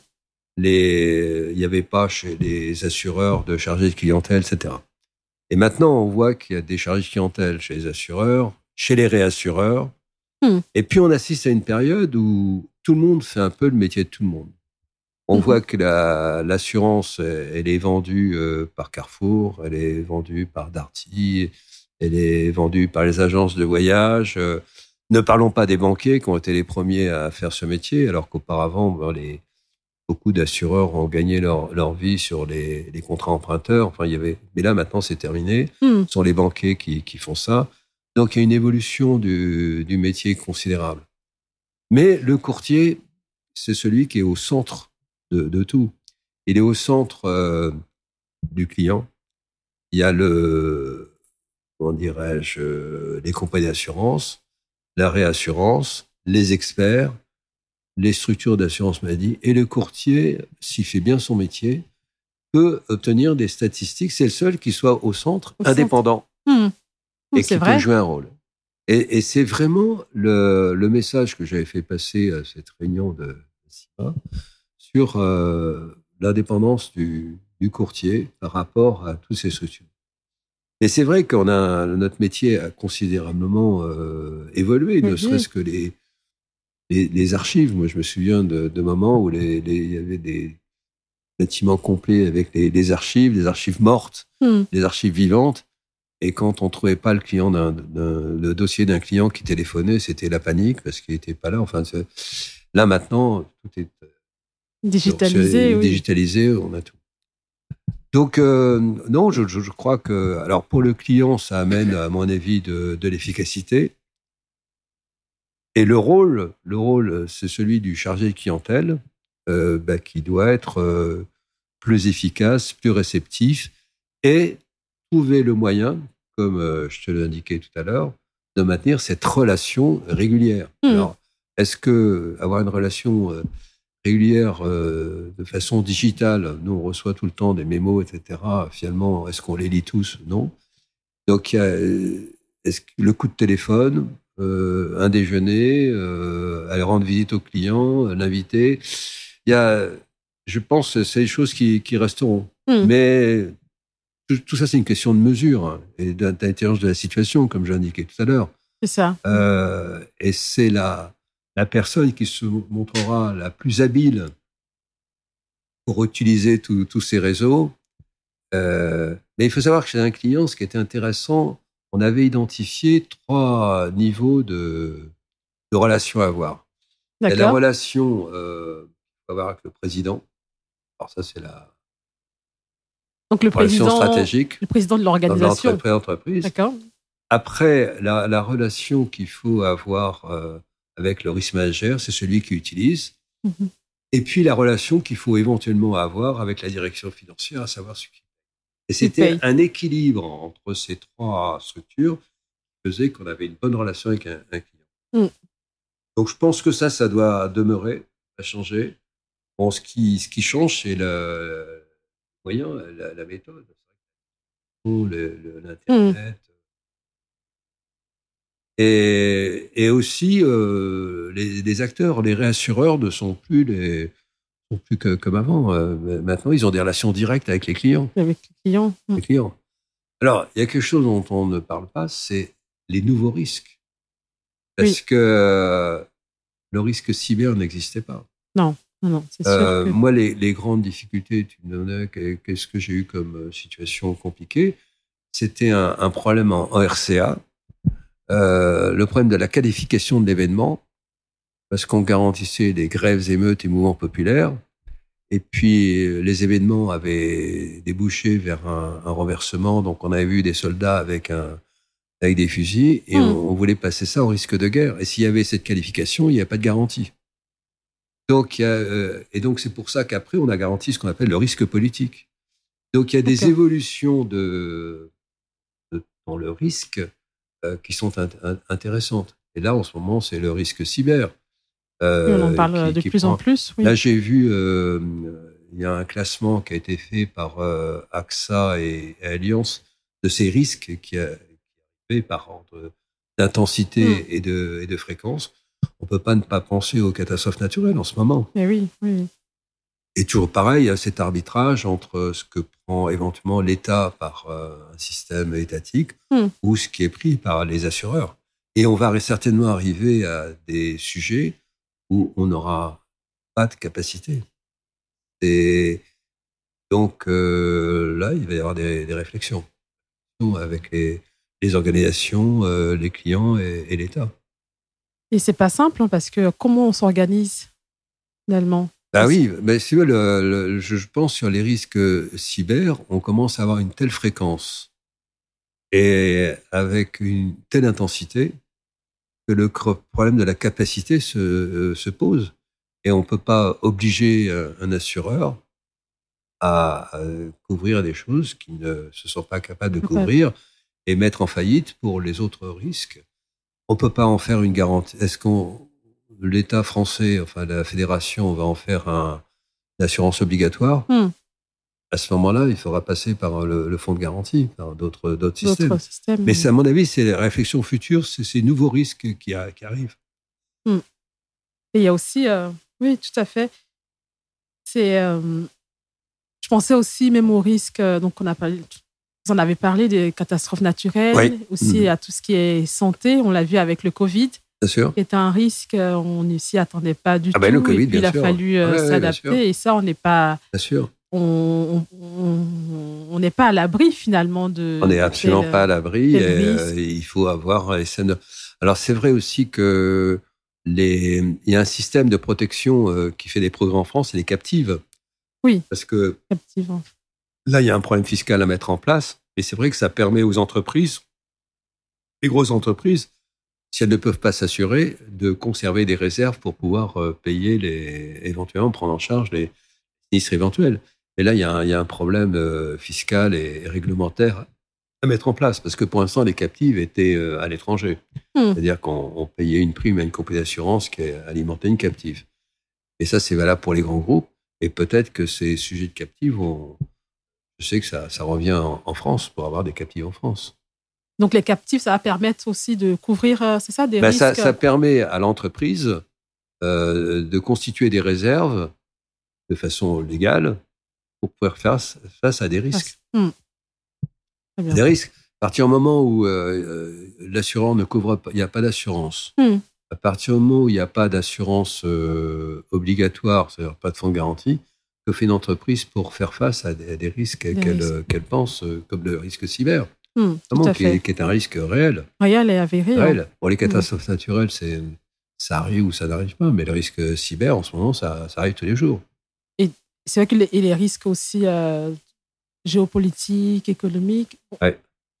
Les, il n'y avait pas chez les assureurs de chargés de clientèle, et cetera. Et maintenant, on voit qu'il y a des chargés de clientèle chez les assureurs, chez les réassureurs. Mm. Et puis, on assiste à une période où tout le monde fait un peu le métier de tout le monde. On Mm-hmm. voit que la, l'assurance, elle est vendue euh, par Carrefour, elle est vendue par Darty, elle est vendue par les agences de voyage. Euh, ne parlons pas des banquiers qui ont été les premiers à faire ce métier, alors qu'auparavant, ben, les, beaucoup d'assureurs ont gagné leur, leur vie sur les, les contrats emprunteurs. Enfin, il y avait, mais là, maintenant, c'est terminé. Mm. Ce sont les banquiers qui, qui font ça. Donc, il y a une évolution du, du métier considérable. Mais le courtier, c'est celui qui est au centre de, de tout. Il est au centre euh, du client. Il y a le, comment dirais-je, euh, les compagnies d'assurance, la réassurance, les experts, les structures d'assurance maladie, et le courtier, s'il fait bien son métier, peut obtenir des statistiques. C'est le seul qui soit au centre, Au indépendant, centre. Mm. Mm, et c'est qui vrai. peut jouer un rôle. Et, et c'est vraiment le, le message que j'avais fait passer à cette réunion de C I M A sur euh, l'indépendance du, du courtier par rapport à toutes ces structures. Et c'est vrai qu'on a notre métier a considérablement euh, évolué, ne Oui. serait-ce que les, les, les archives. Moi, je me souviens de, de moments où les, les, il y avait des bâtiments complets avec les, les archives, des archives mortes, Mm. des archives vivantes. Et quand on trouvait pas le client d'un, d'un, le dossier d'un client qui téléphonait, c'était la panique parce qu'il était pas là. Enfin, c'est, là maintenant, tout est Digitalisé, sur, oui. digitalisé, on a tout. Donc euh, non, je, je, je crois que alors pour le client, ça amène à mon avis de, de l'efficacité. Et le rôle, le rôle, c'est celui du chargé de clientèle, euh, bah, qui doit être euh, plus efficace, plus réceptif et trouver le moyen, comme euh, je te l'ai indiqué tout à l'heure, de maintenir cette relation régulière. Mm. Alors, est-ce que avoir une relation euh, régulière euh, de façon digitale, nous on reçoit tout le temps des mémos, et cetera. Finalement, est-ce qu'on les lit tous? Non. Donc, il y a, est-ce que le coup de téléphone, euh, un déjeuner, euh, aller rendre visite au client, l'inviter, il y a, je pense, que c'est des choses qui, qui resteront. Mm. Mais tout, tout ça, c'est une question de mesure hein, et d'intelligence de la situation, comme j'ai indiqué tout à l'heure. C'est ça. Euh, et c'est la, la personne qui se montrera la plus habile pour utiliser tous ces réseaux. Euh, mais il faut savoir que chez un client, ce qui était intéressant, on avait identifié trois niveaux de, de relations à avoir. Il y a la D'accord. relation euh, à avoir avec le président. Alors ça, c'est la Donc le relation président, stratégique le président de dans l'organisation. l'entreprise. D'accord. Après, la, la relation qu'il faut avoir euh, avec le risk manager, c'est celui qui utilise. Mm-hmm. Et puis la relation qu'il faut éventuellement avoir avec la direction financière, à savoir ce qui. Et c'était un équilibre entre ces trois structures qui faisait qu'on avait une bonne relation avec un, un client. Mm. Donc je pense que ça, ça doit demeurer, à changer. Bon, ce qui, ce qui change, c'est le moyen, la, la méthode. Le, le, L'Internet. Mm. Et, et aussi, euh, les, les acteurs, les réassureurs ne sont plus, les, sont plus que, comme avant. Euh, maintenant, ils ont des relations directes avec les clients. Avec les clients. Les mmh. clients. Alors, il y a quelque chose dont on ne parle pas, c'est les nouveaux risques. Parce oui. que euh, le risque cyber n'existait pas. Non, non, non, c'est sûr. Euh, que... Moi, les, les grandes difficultés, tu me donnais, qu'est-ce que j'ai eu comme situation compliquée? C'était un, un problème en, en R C A. Euh, le problème de la qualification de l'événement, parce qu'on garantissait des grèves, émeutes et mouvements populaires, et puis les événements avaient débouché vers un, un renversement, donc on avait vu des soldats avec, un, avec des fusils, et mmh. on, on voulait passer ça au risque de guerre. Et s'il y avait cette qualification, il n'y a pas de garantie. Donc, il y a, euh, et donc c'est pour ça qu'après, on a garanti ce qu'on appelle le risque politique. Donc il y a des okay. évolutions de, de, dans le risque Euh, qui sont int- intéressantes. Et là, en ce moment, c'est le risque cyber. Euh, on en parle qui, de qui plus prend... en plus. Oui. Là, j'ai vu, euh, il y a un classement qui a été fait par euh, A X A et, et Allianz de ces risques qui a, qui a fait par ordre d'intensité mmh. et, de, et de fréquence. On ne peut pas ne pas penser aux catastrophes naturelles en ce moment. Mais oui, oui. Et toujours pareil, il y a cet arbitrage entre ce que prend éventuellement l'État par euh, un système étatique mmh. ou ce qui est pris par les assureurs. Et on va certainement arriver à des sujets où on n'aura pas de capacité. Et donc euh, là, il va y avoir des, des réflexions avec les, les organisations, euh, les clients et, et l'État. Et c'est pas simple, hein, parce que comment on s'organise finalement? Ah oui, mais si vous, le, le, je pense sur les risques cyber, on commence à avoir une telle fréquence et avec une telle intensité que le problème de la capacité se, euh, se pose. Et on ne peut pas obliger un assureur à, à couvrir des choses qu'il ne se sont pas capables de couvrir et mettre en faillite pour les autres risques. On ne peut pas en faire une garantie. Est-ce qu'on... l'État français, enfin la fédération, va en faire un, une assurance obligatoire. Hmm. À ce moment-là, il faudra passer par le, le fonds de garantie, par d'autres, d'autres systèmes. D'autres systèmes. Mais c'est, à mon avis, c'est les réflexions futures, c'est ces nouveaux risques qui, a, qui arrivent. Hmm. Et il y a aussi, euh, oui, tout à fait. C'est, euh, je pensais aussi même aux risques, euh, donc on a parlé, vous en avez parlé des catastrophes naturelles, oui. aussi mmh. à tout ce qui est santé. On l'a vu avec le Covid. Bien sûr. Qui est un risque, on ne s'y attendait pas du ah tout. Ben le COVID, et puis il a sûr. fallu euh, ouais, s'adapter. ouais, et ça, on n'est pas. Bien sûr. On n'est pas à l'abri finalement de. On n'est absolument tel, pas à l'abri. Et, euh, il faut avoir. Alors c'est vrai aussi que les. Il y a un système de protection euh, qui fait des progrès en France, c'est les captives. Oui. Parce que captives. Là, il y a un problème fiscal à mettre en place, et c'est vrai que ça permet aux entreprises, les grosses entreprises, si elles ne peuvent pas s'assurer, de conserver des réserves pour pouvoir payer les, éventuellement prendre en charge les sinistres éventuels. Mais là, il y a un, il y a un problème fiscal et réglementaire à mettre en place, parce que pour l'instant, les captives étaient à l'étranger. Mmh. C'est-à-dire qu'on on payait une prime à une compagnie d'assurance qui alimentait une captive. Et ça, c'est valable pour les grands groupes. Et peut-être que ces sujets de captives vont... Je sais que ça, ça revient en, en France, pour avoir des captives en France. Donc, les captifs, ça va permettre aussi de couvrir, c'est ça, des ben risques ça, ça permet à l'entreprise euh, de constituer des réserves de façon légale pour pouvoir faire face à des risques. Mmh. Des risques. À partir du moment où euh, l'assureur ne couvre pas, il n'y a pas d'assurance. Mmh. À partir du moment où il n'y a pas d'assurance euh, obligatoire, c'est-à-dire pas de fonds de garantie, que fait une entreprise pour faire face à des, à des risques des qu'elle, risques. qu'elle pense, euh, comme le risque cyber, mmh, qui, est, qui est un risque réel. Réel et avéré. Réel. Hein. Pour les catastrophes mmh. naturelles, c'est, ça arrive ou ça n'arrive pas, mais le risque cyber, en ce moment, ça, ça arrive tous les jours. Et c'est vrai que les, et les risques aussi euh, géopolitiques, économiques. Ouais.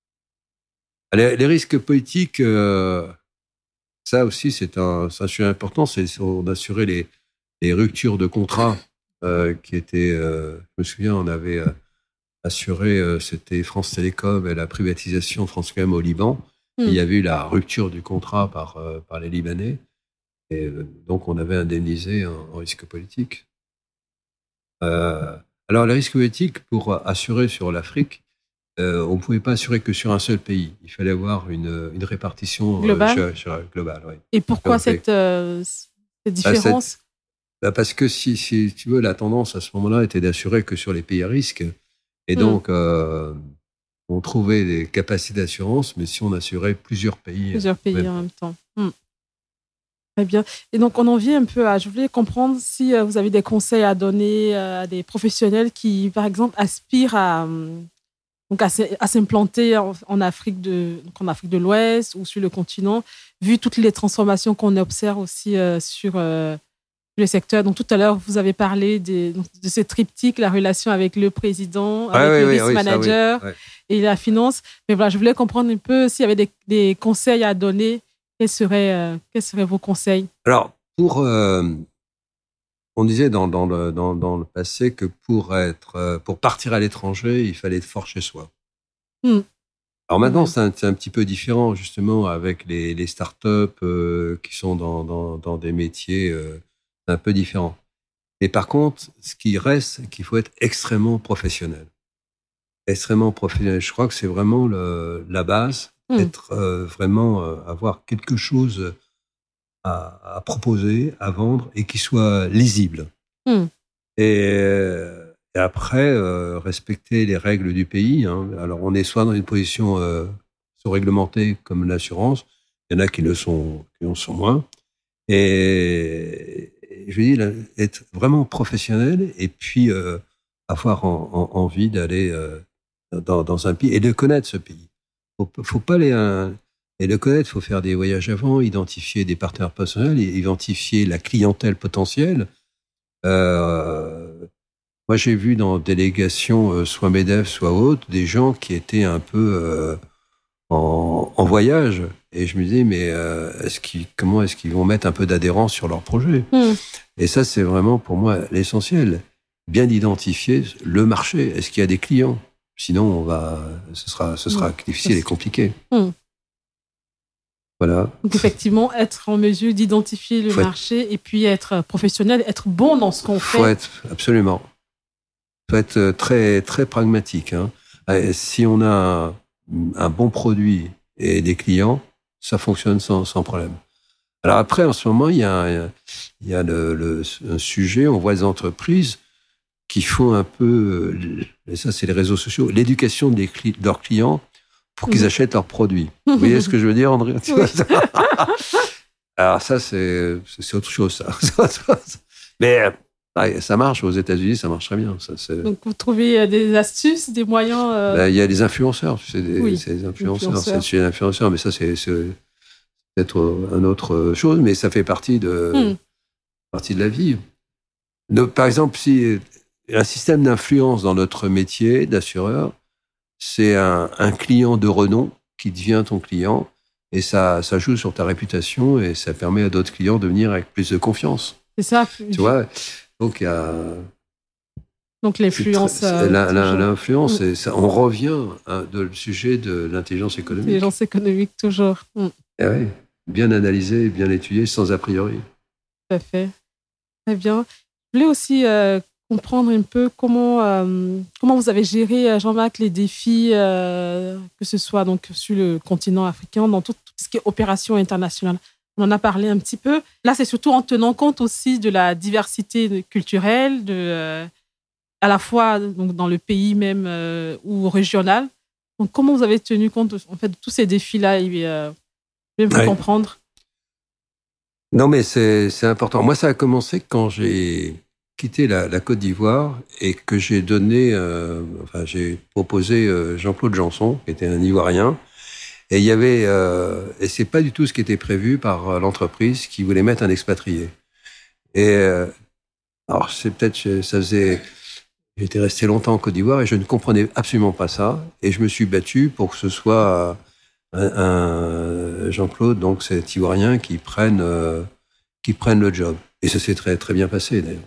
Les, les risques politiques, euh, ça aussi, c'est un, c'est un sujet important, c'est d'assurer les, les ruptures de contrats. Euh, qui était, euh, je me souviens, on avait euh, assuré, euh, c'était France Télécom et la privatisation de France Télécom au Liban. Mmh. Il y avait eu la rupture du contrat par, euh, par les Libanais. Et euh, donc, on avait indemnisé en, en risque politique. Euh, alors, les risques politiques, pour assurer sur l'Afrique, euh, on ne pouvait pas assurer que sur un seul pays. Il fallait avoir une, une répartition globale. Euh, sur, sur, globale ouais. Et pourquoi cette, euh, cette différence bah, cette, bah Parce que si, si tu veux, la tendance à ce moment-là était d'assurer que sur les pays à risque. Et donc, mmh. euh, on trouvait des capacités d'assurance, mais si on assurait plusieurs pays. Plusieurs pays même. En même temps. Mmh. Très bien. Et donc, on en vient un peu à... Je voulais comprendre si euh, vous avez des conseils à donner euh, à des professionnels qui, par exemple, aspirent à, donc à, à s'implanter en, en, Afrique de, donc en Afrique de l'Ouest ou sur le continent, vu toutes les transformations qu'on observe aussi euh, sur euh, le secteur. Donc, tout à l'heure, vous avez parlé des, donc, de ce triptyque, la relation avec le président, avec ah, le oui, risk oui, manager ça, oui, ouais. et la finance. Mais voilà, je voulais comprendre un peu s'il y avait des, des conseils à donner. Quels seraient, euh, quels seraient vos conseils? Alors, pour, euh, on disait dans, dans, le, dans, dans le passé que pour, être, euh, pour partir à l'étranger, il fallait être fort chez soi. Mmh. Alors maintenant, mmh. c'est, un, c'est un petit peu différent, justement, avec les, les startups euh, qui sont dans, dans, dans des métiers euh, un peu différents. Mais par contre, ce qui reste, c'est qu'il faut être extrêmement professionnel. Extrêmement professionnel. Je crois que c'est vraiment le, la base. Mmh. Être euh, vraiment euh, avoir quelque chose à, à proposer, à vendre et qui soit lisible. Mmh. Et, euh, et après, euh, respecter les règles du pays. Hein. Alors, on est soit dans une position euh, réglementée comme l'assurance, il y en a qui le sont, qui en sont moins. Et, et je dis, être vraiment professionnel et puis euh, avoir en, en, envie d'aller euh, dans, dans un pays et de connaître ce pays. Faut, faut pas aller un, et le connaître, il faut faire des voyages avant, identifier des partenaires personnels, identifier la clientèle potentielle. Euh, moi, j'ai vu dans délégations, euh, soit MEDEF, soit autres, des gens qui étaient un peu euh, en, en voyage. Et je me disais, mais euh, est-ce qu'ils, comment est-ce qu'ils vont mettre un peu d'adhérence sur leur projet? mmh. Et ça, c'est vraiment pour moi l'essentiel. Bien identifier le marché. Est-ce qu'il y a des clients? Sinon, on va, ce sera, ce sera mmh. difficile et compliqué. Mmh. Voilà. Donc, effectivement, être en mesure d'identifier le faut marché être... et puis être professionnel, être bon dans ce qu'on fait. Faut être, absolument. Faut être très, très pragmatique. Hein. Si on a un, un bon produit et des clients, ça fonctionne sans, sans problème. Alors après, en ce moment, il y a, il y a le, le, un sujet, on voit des entreprises qui font un peu, et ça c'est les réseaux sociaux, l'éducation des, de leurs clients pour qu'ils mmh. achètent leurs produits. Vous voyez ce que je veux dire, André? Tu oui. vois, alors ça, c'est, c'est autre chose, ça. Mais ça marche aux États-Unis, ça marche très bien. Ça, c'est... Donc vous trouvez des astuces, des moyens euh... ben, il y a les influenceurs, tu sais, des, oui. c'est des influenceurs, influenceurs. C'est le sujet d'influenceurs, mais ça c'est, c'est peut-être une autre chose, mais ça fait partie de, mmh. partie de la vie. Donc, par exemple, si un système d'influence dans notre métier d'assureur, c'est un, un client de renom qui devient ton client et ça, ça joue sur ta réputation et ça permet à d'autres clients de venir avec plus de confiance. C'est ça. Tu vois, donc il y a... Donc l'influence... Très, euh, la, la, l'influence, mmh. ça, on revient à de, le sujet de l'intelligence économique. L'intelligence économique, toujours. Mmh. Et oui, bien analysé, bien étudié, sans a priori. Tout à fait. Très bien. Je voulais aussi... Euh, comprendre un peu comment, euh, comment vous avez géré, Jean-Marc, les défis, euh, que ce soit donc, sur le continent africain, dans tout, tout ce qui est opération internationale. On en a parlé un petit peu. Là, c'est surtout en tenant compte aussi de la diversité culturelle, de, euh, à la fois donc, dans le pays même euh, ou régional. Donc, comment vous avez tenu compte en fait, de tous ces défis-là et euh, bien vous ouais. comprendre? Non, mais c'est, c'est important. Moi, ça a commencé quand j'ai... quitté la, la Côte d'Ivoire et que j'ai donné, euh, enfin j'ai proposé euh, Jean-Claude Janson, qui était un Ivoirien, et il y avait, euh, et c'est pas du tout ce qui était prévu par l'entreprise qui voulait mettre un expatrié. Et euh, alors c'est peut-être, ça faisait, j'étais resté longtemps en Côte d'Ivoire et je ne comprenais absolument pas ça, et je me suis battu pour que ce soit un, un Jean-Claude, donc cet Ivoirien, qui prenne, euh, qui prenne le job. Et ça s'est très très bien passé d'ailleurs.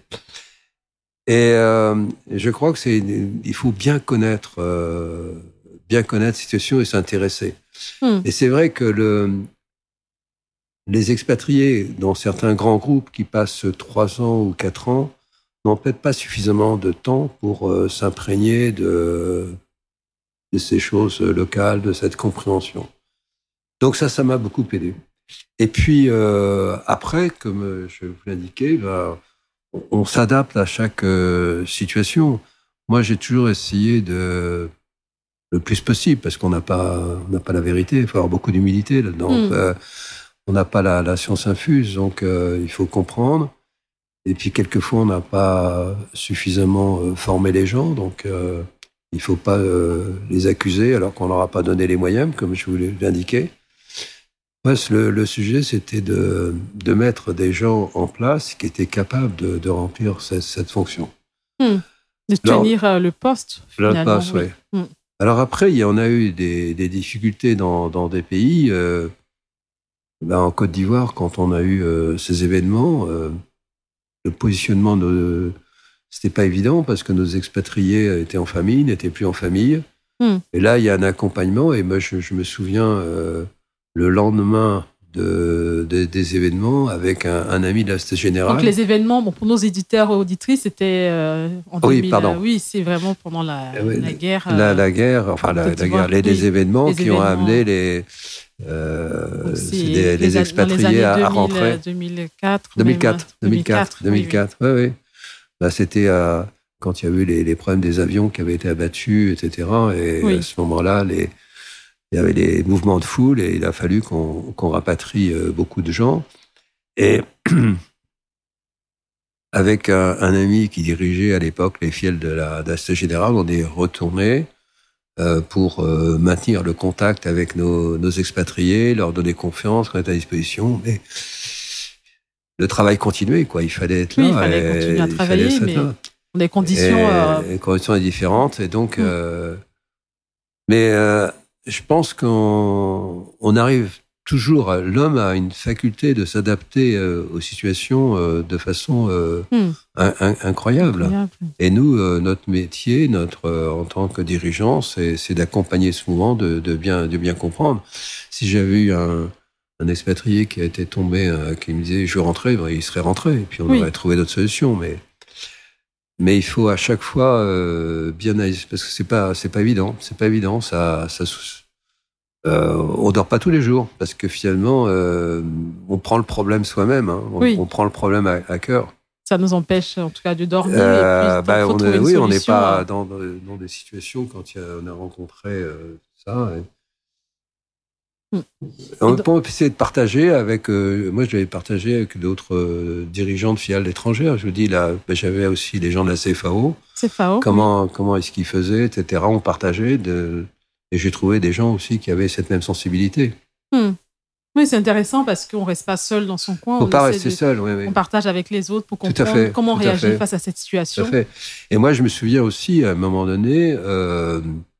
Et euh, je crois que c'est, il faut bien connaître, euh, bien connaître la situation et s'intéresser. Mmh. Et c'est vrai que le, les expatriés dans certains grands groupes qui passent trois ans ou quatre ans n'ont peut-être pas suffisamment de temps pour euh, s'imprégner de de ces choses locales, de cette compréhension. Donc ça, ça m'a beaucoup aidé. Et puis euh, après, comme je vous l'indiquais, ben, on, on s'adapte à chaque euh, situation. Moi, j'ai toujours essayé de le plus possible, parce qu'on n'a pas, on n'a pas la vérité. Il faut avoir beaucoup d'humilité là-dedans. Mm. Euh, on n'a pas la, la science infuse, donc euh, il faut comprendre. Et puis quelquefois, on n'a pas suffisamment euh, formé les gens, donc euh, il ne faut pas euh, les accuser alors qu'on leur a pas donné les moyens, comme je vous l'ai indiqué. Ouais, le, le sujet, c'était de, de mettre des gens en place qui étaient capables de, de remplir cette, cette fonction. Mm. De tenir alors, le poste, finalement. Le poste, oui. Mm. Alors après, il y en a eu des, des difficultés dans, dans des pays. Euh, ben en Côte d'Ivoire, quand on a eu euh, ces événements, euh, le positionnement, de, c'était pas évident parce que nos expatriés étaient en famille, n'étaient plus en famille. Mm. Et là, il y a un accompagnement. Et moi, je, je me souviens, euh, le lendemain de, de, des événements, avec un, un ami de la Société Générale. Donc les événements, bon, pour nos éditeurs et auditrices, c'était euh, en oui, deux mille. Pardon. Euh, oui, c'est vraiment pendant la, oui, la guerre. La, euh, la guerre, enfin la, la guerre, les, oui, les événements les qui événements. ont amené les, euh, c'est des, les, les expatriés à, à rentrer. deux mille quatre. deux mille quatre. deux mille quatre. deux mille quatre. Oui, oui. Là, c'était euh, quand il y a eu les, les problèmes des avions qui avaient été abattus, et cetera. Et oui. à ce moment-là, les il y avait des mouvements de foule et il a fallu qu'on, qu'on rapatrie beaucoup de gens. Et avec un, un ami qui dirigeait à l'époque les fiels de la, de la Société Générale, on est retourné euh, pour euh, maintenir le contact avec nos, nos expatriés, leur donner confiance, qu'on est à disposition. Mais le travail continuait, quoi. Il fallait être là. Oui, il fallait continuer à travailler, mais dans des conditions... Et, euh... Les conditions différentes. Et donc... Mm. Euh, mais... Euh, je pense qu'on on arrive toujours, l'homme a une faculté de s'adapter euh, aux situations euh, de façon euh, mm. un, un, incroyable. incroyable. Et nous, euh, notre métier, notre euh, en tant que dirigeant, c'est, c'est d'accompagner ce mouvement, de, de, bien, de bien comprendre. Si j'avais eu un, un expatrié qui a été tombé, euh, qui me disait « je veux rentrer ben, », il serait rentré, et puis on oui. aurait trouvé d'autres solutions. Mais, mais il faut à chaque fois euh, bien analyser, parce que c'est pas, c'est pas évident, c'est pas évident, ça... ça Euh, on dort pas tous les jours parce que finalement, euh, on prend le problème soi-même. Hein. On, oui. on prend le problème à, à cœur. Ça nous empêche, en tout cas, de dormir. Euh, et puis, bah, faut on trouver est, une oui, on n'est pas hein. dans, dans des situations quand il y a, on a rencontré euh, ça. Et... Mm. On peut essayer de partager avec. Euh, moi, je l'avais partagé avec d'autres euh, dirigeants de filiales étrangères. Je vous dis là, bah, j'avais aussi les gens de la C F A O. C F A O. Comment, oui. comment est-ce qu'ils faisaient, et cetera. On partageait de. Et j'ai trouvé des gens aussi qui avaient cette même sensibilité. Hmm. Oui, c'est intéressant parce qu'on ne reste pas seul dans son coin. On ne faut pas rester de, seul, oui, oui. On partage avec les autres pour comprendre fait, comment réagir fait. face à cette situation. Tout à fait. Et moi, je me souviens aussi, à un moment donné, euh,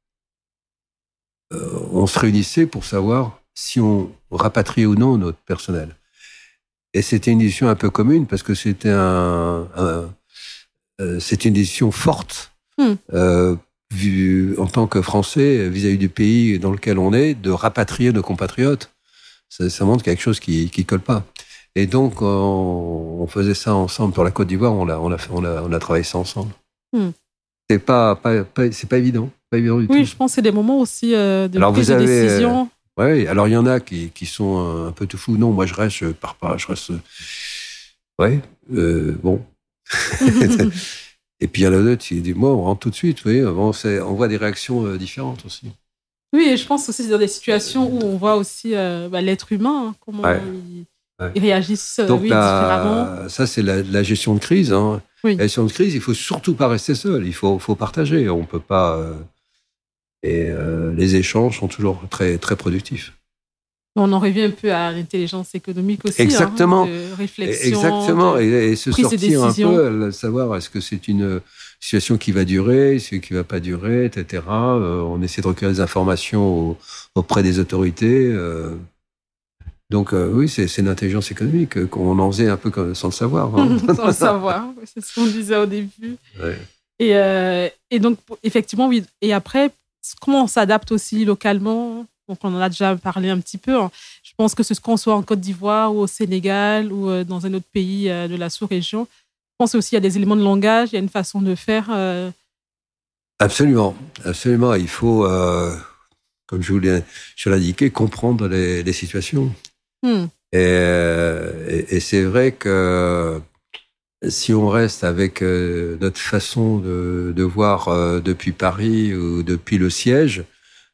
euh, on se réunissait pour savoir si on rapatriait ou non notre personnel. Et c'était une décision un peu commune parce que c'était, un, un, euh, c'était une décision forte. Hmm. Euh, Vu, en tant que Français, vis-à-vis du pays dans lequel on est, de rapatrier nos compatriotes. Ça, ça montre quelque chose qui qui colle pas. Et donc, on, on faisait ça ensemble. Pour la Côte d'Ivoire, on l'a, on a, on a, on a travaillé ça ensemble. Hmm. C'est pas, pas, pas, c'est pas évident. Pas évident du oui, tout. je pense que c'est des moments aussi euh, de alors prise vous avez, de décision. Euh, ouais, alors il y en a qui, qui sont un peu tout fous. Non, moi je reste, je pars pas, je reste. Ouais, euh, bon. Et puis il y en a d'autres qui disent, moi, on rentre tout de suite. Vous voyez, on, on voit des réactions euh, différentes aussi. Oui, et je pense aussi que c'est dans des situations où on voit aussi euh, bah, l'être humain, hein, comment ouais. il, ouais. il réagisse Donc, oui, la, différemment. Ça, c'est la, la gestion de crise. Hein. Oui. La gestion de crise, il ne faut surtout pas rester seul. Il faut, faut partager. On ne peut pas... Euh, et euh, les échanges sont toujours très, très productifs. On en revient un peu à l'intelligence économique aussi. Exactement. Hein, de réflexion. Exactement. De et, et se sortir un peu, savoir est-ce que c'est une situation qui va durer, ce qui ne va pas durer, et cetera. Euh, on essaie de recueillir des informations au, auprès des autorités. Euh, donc euh, oui, c'est, c'est une intelligence économique qu'on en faisait un peu comme, sans le savoir. Hein. Sans le savoir, c'est ce qu'on disait au début. Ouais. Et, euh, et donc, effectivement, oui. Et après, comment on s'adapte aussi localement ? Donc, on en a déjà parlé un petit peu. Je pense que ce qu'on soit en Côte d'Ivoire ou au Sénégal ou dans un autre pays de la sous-région, je pense aussi qu'il y a des éléments de langage, il y a une façon de faire. Euh, Absolument, absolument. Il faut, euh, comme je vous l'ai, je l'ai indiqué, comprendre les, les situations. Hmm. Et, et, et c'est vrai que si on reste avec euh, notre façon de, de voir euh, depuis Paris ou depuis le siège,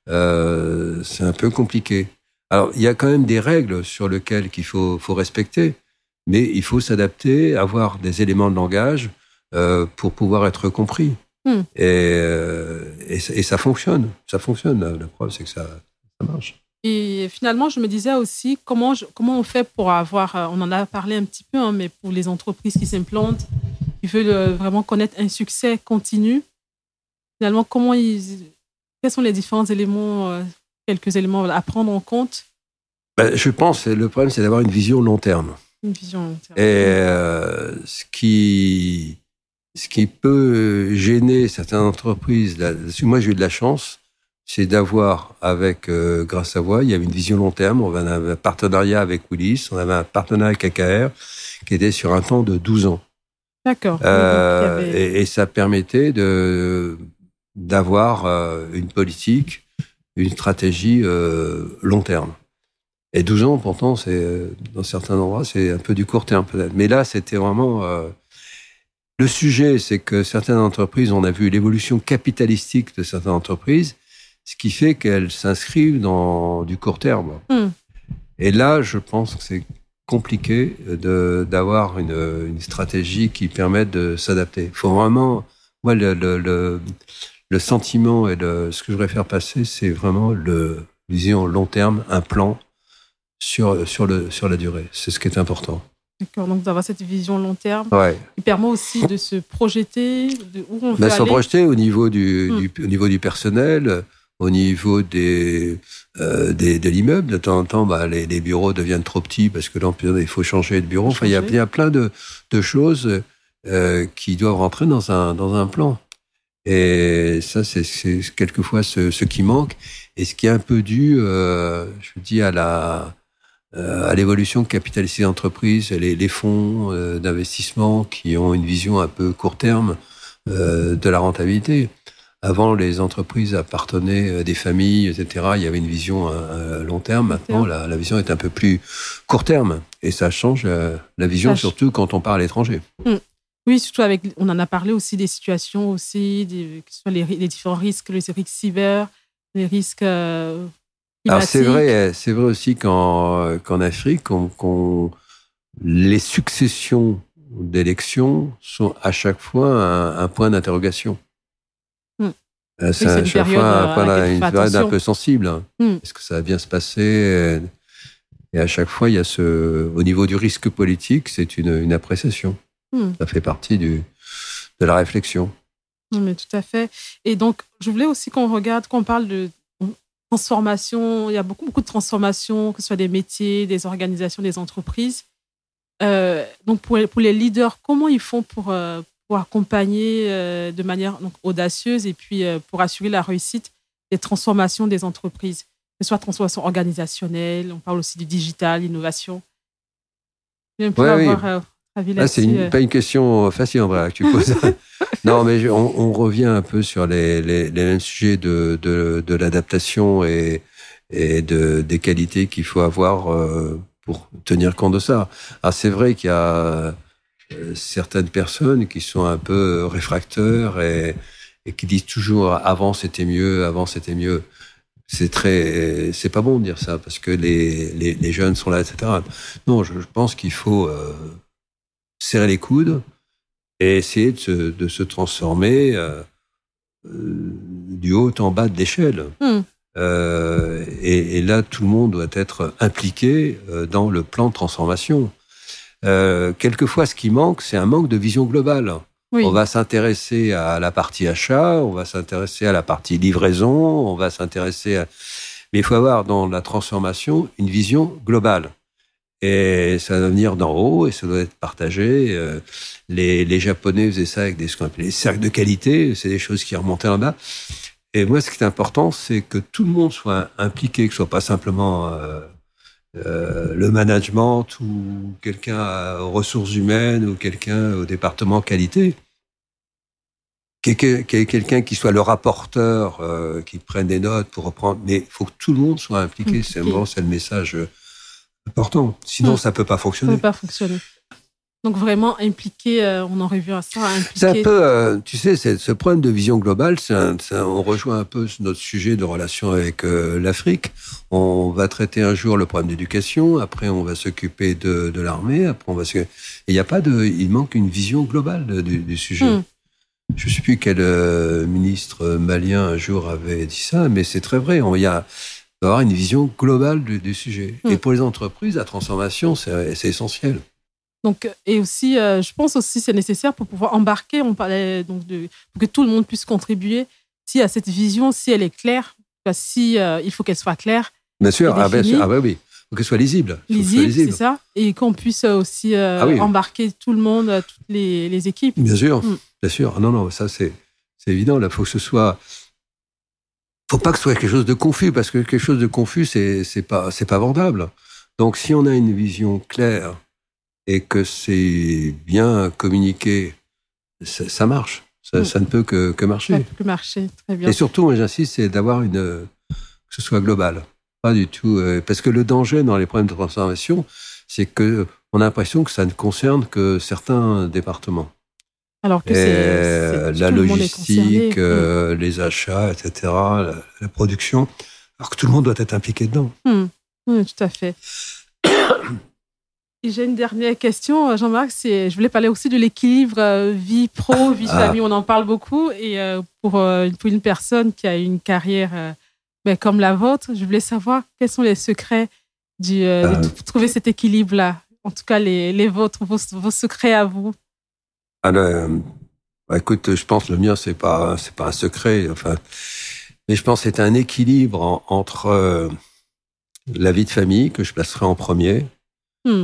euh, c'est un peu compliqué. Alors, il y a quand même des règles sur lesquelles qu'il faut, faut respecter, mais il faut s'adapter, avoir des éléments de langage euh, pour pouvoir être compris. Hmm. Et, euh, et, et ça fonctionne, ça fonctionne. La, la preuve, c'est que ça, ça marche. Et finalement, je me disais aussi comment, je, comment on fait pour avoir, euh, on en a parlé un petit peu, hein, mais pour les entreprises qui s'implantent, qui veulent euh, vraiment connaître un succès continu, finalement, comment ils, quels sont les différents éléments, euh, quelques éléments à prendre en compte? Ben, je pense que le problème, c'est d'avoir une vision long terme. Une vision long terme. Et euh, ce qui, ce qui peut gêner certaines entreprises, là, moi j'ai eu de la chance, c'est d'avoir avec euh, Grâce à Voix, il y avait une vision long terme, on avait un partenariat avec Willis, on avait un partenariat avec A K R qui était sur un temps de douze ans. D'accord. Euh, Oui, avait... et, et ça permettait de, d'avoir euh, une politique, une stratégie euh, long terme. Et douze ans, pourtant, c'est, dans certains endroits, c'est un peu du court terme peut-être. Mais là, c'était vraiment... Euh... Le sujet, c'est que certaines entreprises, on a vu l'évolution capitalistique de certaines entreprises, ce qui fait qu'elles s'inscrivent dans du court terme. Mm. Et là, je pense que c'est compliqué de, d'avoir une, une stratégie qui permette de s'adapter. Il faut vraiment... Moi, le, le, le, le sentiment et le, ce que je voudrais faire passer, c'est vraiment le vision long terme, un plan sur, sur, le, sur la durée. C'est ce qui est important. D'accord, donc d'avoir cette vision long terme ouais. qui permet aussi de se projeter, de où on veut ben, aller. Se projeter au niveau du, mm. du, au niveau du personnel, au niveau des, euh, des, de l'immeuble. De temps en temps, bah, les, les bureaux deviennent trop petits parce que là, il faut changer de bureau. Enfin, il y a, il y a plein de, de choses euh, qui doivent rentrer dans un, dans un plan. Et ça, c'est, c'est quelquefois ce, ce qui manque et ce qui est un peu dû, euh, je dis, à la... à l'évolution capitalistique d'entreprise, les, les fonds euh, d'investissement qui ont une vision un peu court terme euh, de la rentabilité. Avant, les entreprises appartenaient à des familles, et cetera. Il y avait une vision à, à long terme. Maintenant, la, la vision est un peu plus court terme. Et ça change euh, la vision, ça surtout quand on part à l'étranger. Mmh. Oui, surtout avec, on en a parlé aussi des situations aussi, des, que ce soit les, les différents risques, les risques cyber, les risques... Euh, Alors c'est vrai, c'est vrai aussi qu'en, qu'en Afrique, on, qu'on, les successions d'élections sont à chaque fois un, un point d'interrogation. Mm. C'est, oui, c'est à une chaque période, fois un point, une période un peu sensible. Mm. Est-ce que ça va bien se passer? Et à chaque fois, il y a ce, au niveau du risque politique, c'est une, une appréciation. Mm. Ça fait partie du, de la réflexion. Mais tout à fait. Et donc, je voulais aussi qu'on regarde, qu'on parle de transformation, il y a beaucoup, beaucoup de transformations, que ce soit des métiers, des organisations, des entreprises. Euh, donc, pour, pour les leaders, comment ils font pour, euh, pour accompagner euh, de manière donc, audacieuse et puis euh, pour assurer la réussite des transformations des entreprises, que ce soit transformation organisationnelle, on parle aussi du digital, l'innovation. Je vais ouais, avoir oui. euh, avis là, c'est une, euh... pas une question facile, Andrea, que tu poses. Non, mais on, on revient un peu sur les, les, les mêmes sujets de, de, de l'adaptation et, et de, des qualités qu'il faut avoir euh, pour tenir compte de ça. Alors, c'est vrai qu'il y a euh, certaines personnes qui sont un peu réfracteurs et, et qui disent toujours « avant c'était mieux, avant c'était mieux ». C'est très, c'est pas bon de dire ça parce que les, les, les jeunes sont là, et cetera. Non, je, je pense qu'il faut euh, serrer les coudes et essayer de se, de se transformer euh, euh, du haut en bas de l'échelle. Mmh. Euh, et, et là, tout le monde doit être impliqué euh, dans le plan de transformation. Euh, quelquefois, ce qui manque, c'est un manque de vision globale. Oui. On va s'intéresser à la partie achat, on va s'intéresser à la partie livraison, on va s'intéresser à... Mais il faut avoir dans la transformation une vision globale. Et ça doit venir d'en haut et ça doit être partagé. Euh, les, les Japonais faisaient ça avec des, ce qu'on appelait les cercles de qualité. C'est des choses qui remontaient en bas. Et moi, ce qui est important, c'est que tout le monde soit impliqué, que ce soit pas simplement euh, euh, le management ou quelqu'un aux ressources humaines ou quelqu'un au département qualité. qu'il y ait, qu'il y ait quelqu'un qui soit le rapporteur, euh, qui prenne des notes pour reprendre. Mais il faut que tout le monde soit impliqué. impliqué. C'est, bon, c'est le message important. Sinon, mmh. ça ne peut pas fonctionner. Ça ne peut pas fonctionner. Donc vraiment impliqué, euh, on en revient à ça. Impliqué. C'est un peu, euh, tu sais, c'est, ce problème de vision globale, c'est un, c'est un, on rejoint un peu notre sujet de relation avec euh, l'Afrique. On va traiter un jour le problème d'éducation, après on va s'occuper de, de l'armée, après on va se... Et il y a pas de, il manque une vision globale de, du, du sujet. Mmh. Je ne sais plus quel euh, ministre malien un jour avait dit ça, mais c'est très vrai. On, il y a, il doit y avoir une vision globale du, du sujet. Mmh. Et pour les entreprises, la transformation, c'est, c'est essentiel. Donc, et aussi, euh, je pense aussi c'est nécessaire pour pouvoir embarquer, on parlait donc de, pour que tout le monde puisse contribuer, si à cette vision, si elle est claire, si euh, il faut qu'elle soit claire. Bien sûr, ah, bien sûr. Ah, bah, oui, il faut qu'elle soit lisible. Lisible, lisible. C'est ça, et qu'on puisse aussi euh, ah, oui. embarquer tout le monde, toutes les, les équipes. Bien sûr, mm. bien sûr. Non, non, ça c'est, c'est évident. Là, il faut que ce soit. Il ne faut pas que ce soit quelque chose de confus, parce que quelque chose de confus, c'est, c'est pas, c'est pas vendable. Donc, si on a une vision claire et que c'est bien communiqué, ça, ça marche. Ça, mmh. ça ne peut que, que marcher. Ça ne peut que marcher, très bien. Et surtout, moi, j'insiste, c'est d'avoir une... que ce soit global. Pas du tout... Euh, parce que le danger dans les problèmes de transformation, c'est qu'on a l'impression que ça ne concerne que certains départements. Alors que et c'est... c'est la logistique, euh, mmh. les achats, et cetera, la, la production, alors que tout le monde doit être impliqué dedans. Mmh. Mmh, tout à fait. Et j'ai une dernière question, Jean-Marc. C'est, je voulais parler aussi de l'équilibre euh, vie pro, vie ah. famille. On en parle beaucoup. Et euh, pour, euh, pour une personne qui a une carrière euh, ben, comme la vôtre, je voulais savoir quels sont les secrets du, euh, euh. de t- trouver cet équilibre-là. En tout cas, les, les vôtres, vos, vos secrets à vous. Alors, bah, écoute, je pense que le mien, c'est pas, c'est pas un secret. Enfin, mais je pense que c'est un équilibre en, entre euh, la vie de famille que je placerai en premier. Hmm.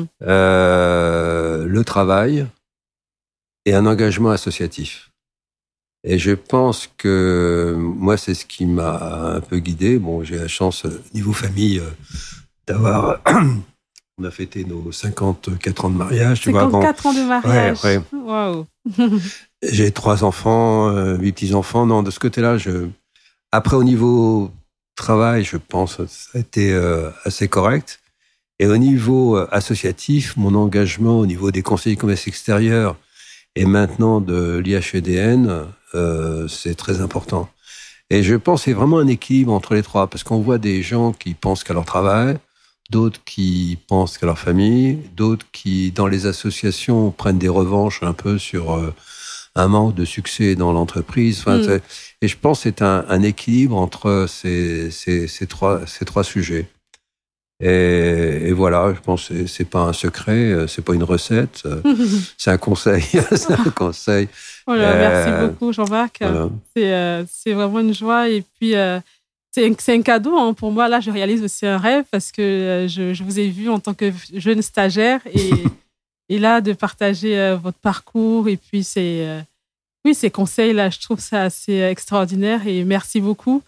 Euh, le travail et un engagement associatif. Et je pense que moi, c'est ce qui m'a un peu guidé. Bon, j'ai la chance, niveau famille, d'avoir... On a fêté nos cinquante-quatre ans de mariage. Tu cinquante-quatre vois, bon, ans de mariage. Ouais, ouais. Waouh. J'ai trois enfants, euh, huit petits-enfants. Non, de ce côté-là, je... Après, au niveau travail, je pense que ça a été euh, assez correct. Et au niveau associatif, mon engagement au niveau des conseillers de commerce extérieur et maintenant de l'I H E D N, euh, c'est très important. Et je pense que c'est vraiment un équilibre entre les trois, parce qu'on voit des gens qui pensent qu'à leur travail, d'autres qui pensent qu'à leur famille, d'autres qui, dans les associations, prennent des revanches un peu sur euh, un manque de succès dans l'entreprise. Enfin, mmh. Et je pense que c'est un, un équilibre entre ces, ces, ces, trois, ces trois sujets. Et, et voilà, je pense que c'est, c'est pas un secret, c'est pas une recette, c'est un conseil. c'est un conseil. Voilà, euh, merci beaucoup, Jean-Marc. Voilà. C'est, euh, c'est vraiment une joie. Et puis, euh, c'est, un, c'est un cadeau hein, pour moi. Là, je réalise aussi un rêve parce que euh, je, je vous ai vu en tant que jeune stagiaire. Et, et là, de partager euh, votre parcours et puis ces, euh, oui, ces conseils, là, je trouve ça assez extraordinaire. Et merci beaucoup.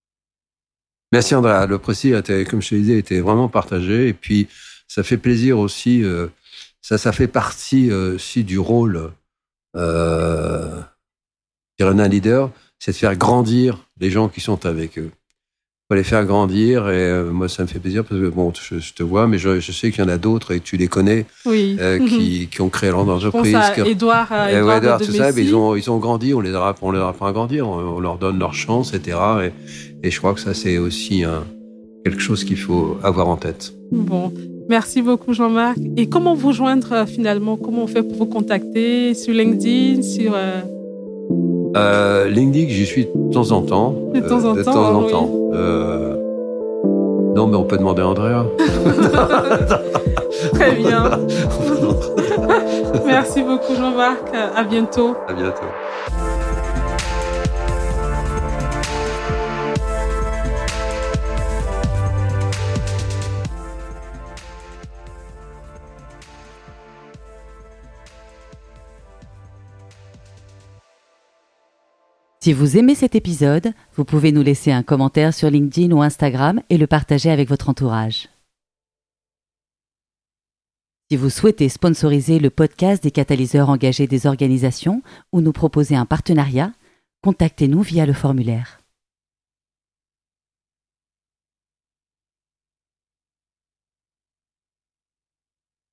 Merci Andrea. Le précis, comme je te disais, était vraiment partagé. Et puis, ça fait plaisir aussi. Euh, ça, ça fait partie euh, aussi du rôle euh, d'un leader, c'est de faire grandir les gens qui sont avec eux. Il faut les faire grandir. Et euh, moi, ça me fait plaisir parce que bon, je, je te vois, mais je, je sais qu'il y en a d'autres et tu les connais, oui. euh, qui, qui ont créé leur entreprise. Je pense à Édouard, euh, Édouard, ouais, Édouard de tout ça, mais ils ont, ils ont grandi. On les a, on leur apprend à grandir. On, on leur donne leur chance, et cetera. Et, Et je crois que ça, c'est aussi un, quelque chose qu'il faut avoir en tête. Bon, merci beaucoup Jean-Marc. Et comment vous joindre finalement? Comment on fait pour vous contacter? Sur LinkedIn, sur... Euh... Euh, LinkedIn, j'y suis de temps en temps. De temps en euh, de temps, temps en oui. temps. Euh... Non, mais on peut demander à Andrea. Très bien. Merci beaucoup Jean-Marc. À bientôt. À bientôt. Si vous aimez cet épisode, vous pouvez nous laisser un commentaire sur LinkedIn ou Instagram et le partager avec votre entourage. Si vous souhaitez sponsoriser le podcast des catalyseurs engagés des organisations ou nous proposer un partenariat, contactez-nous via le formulaire.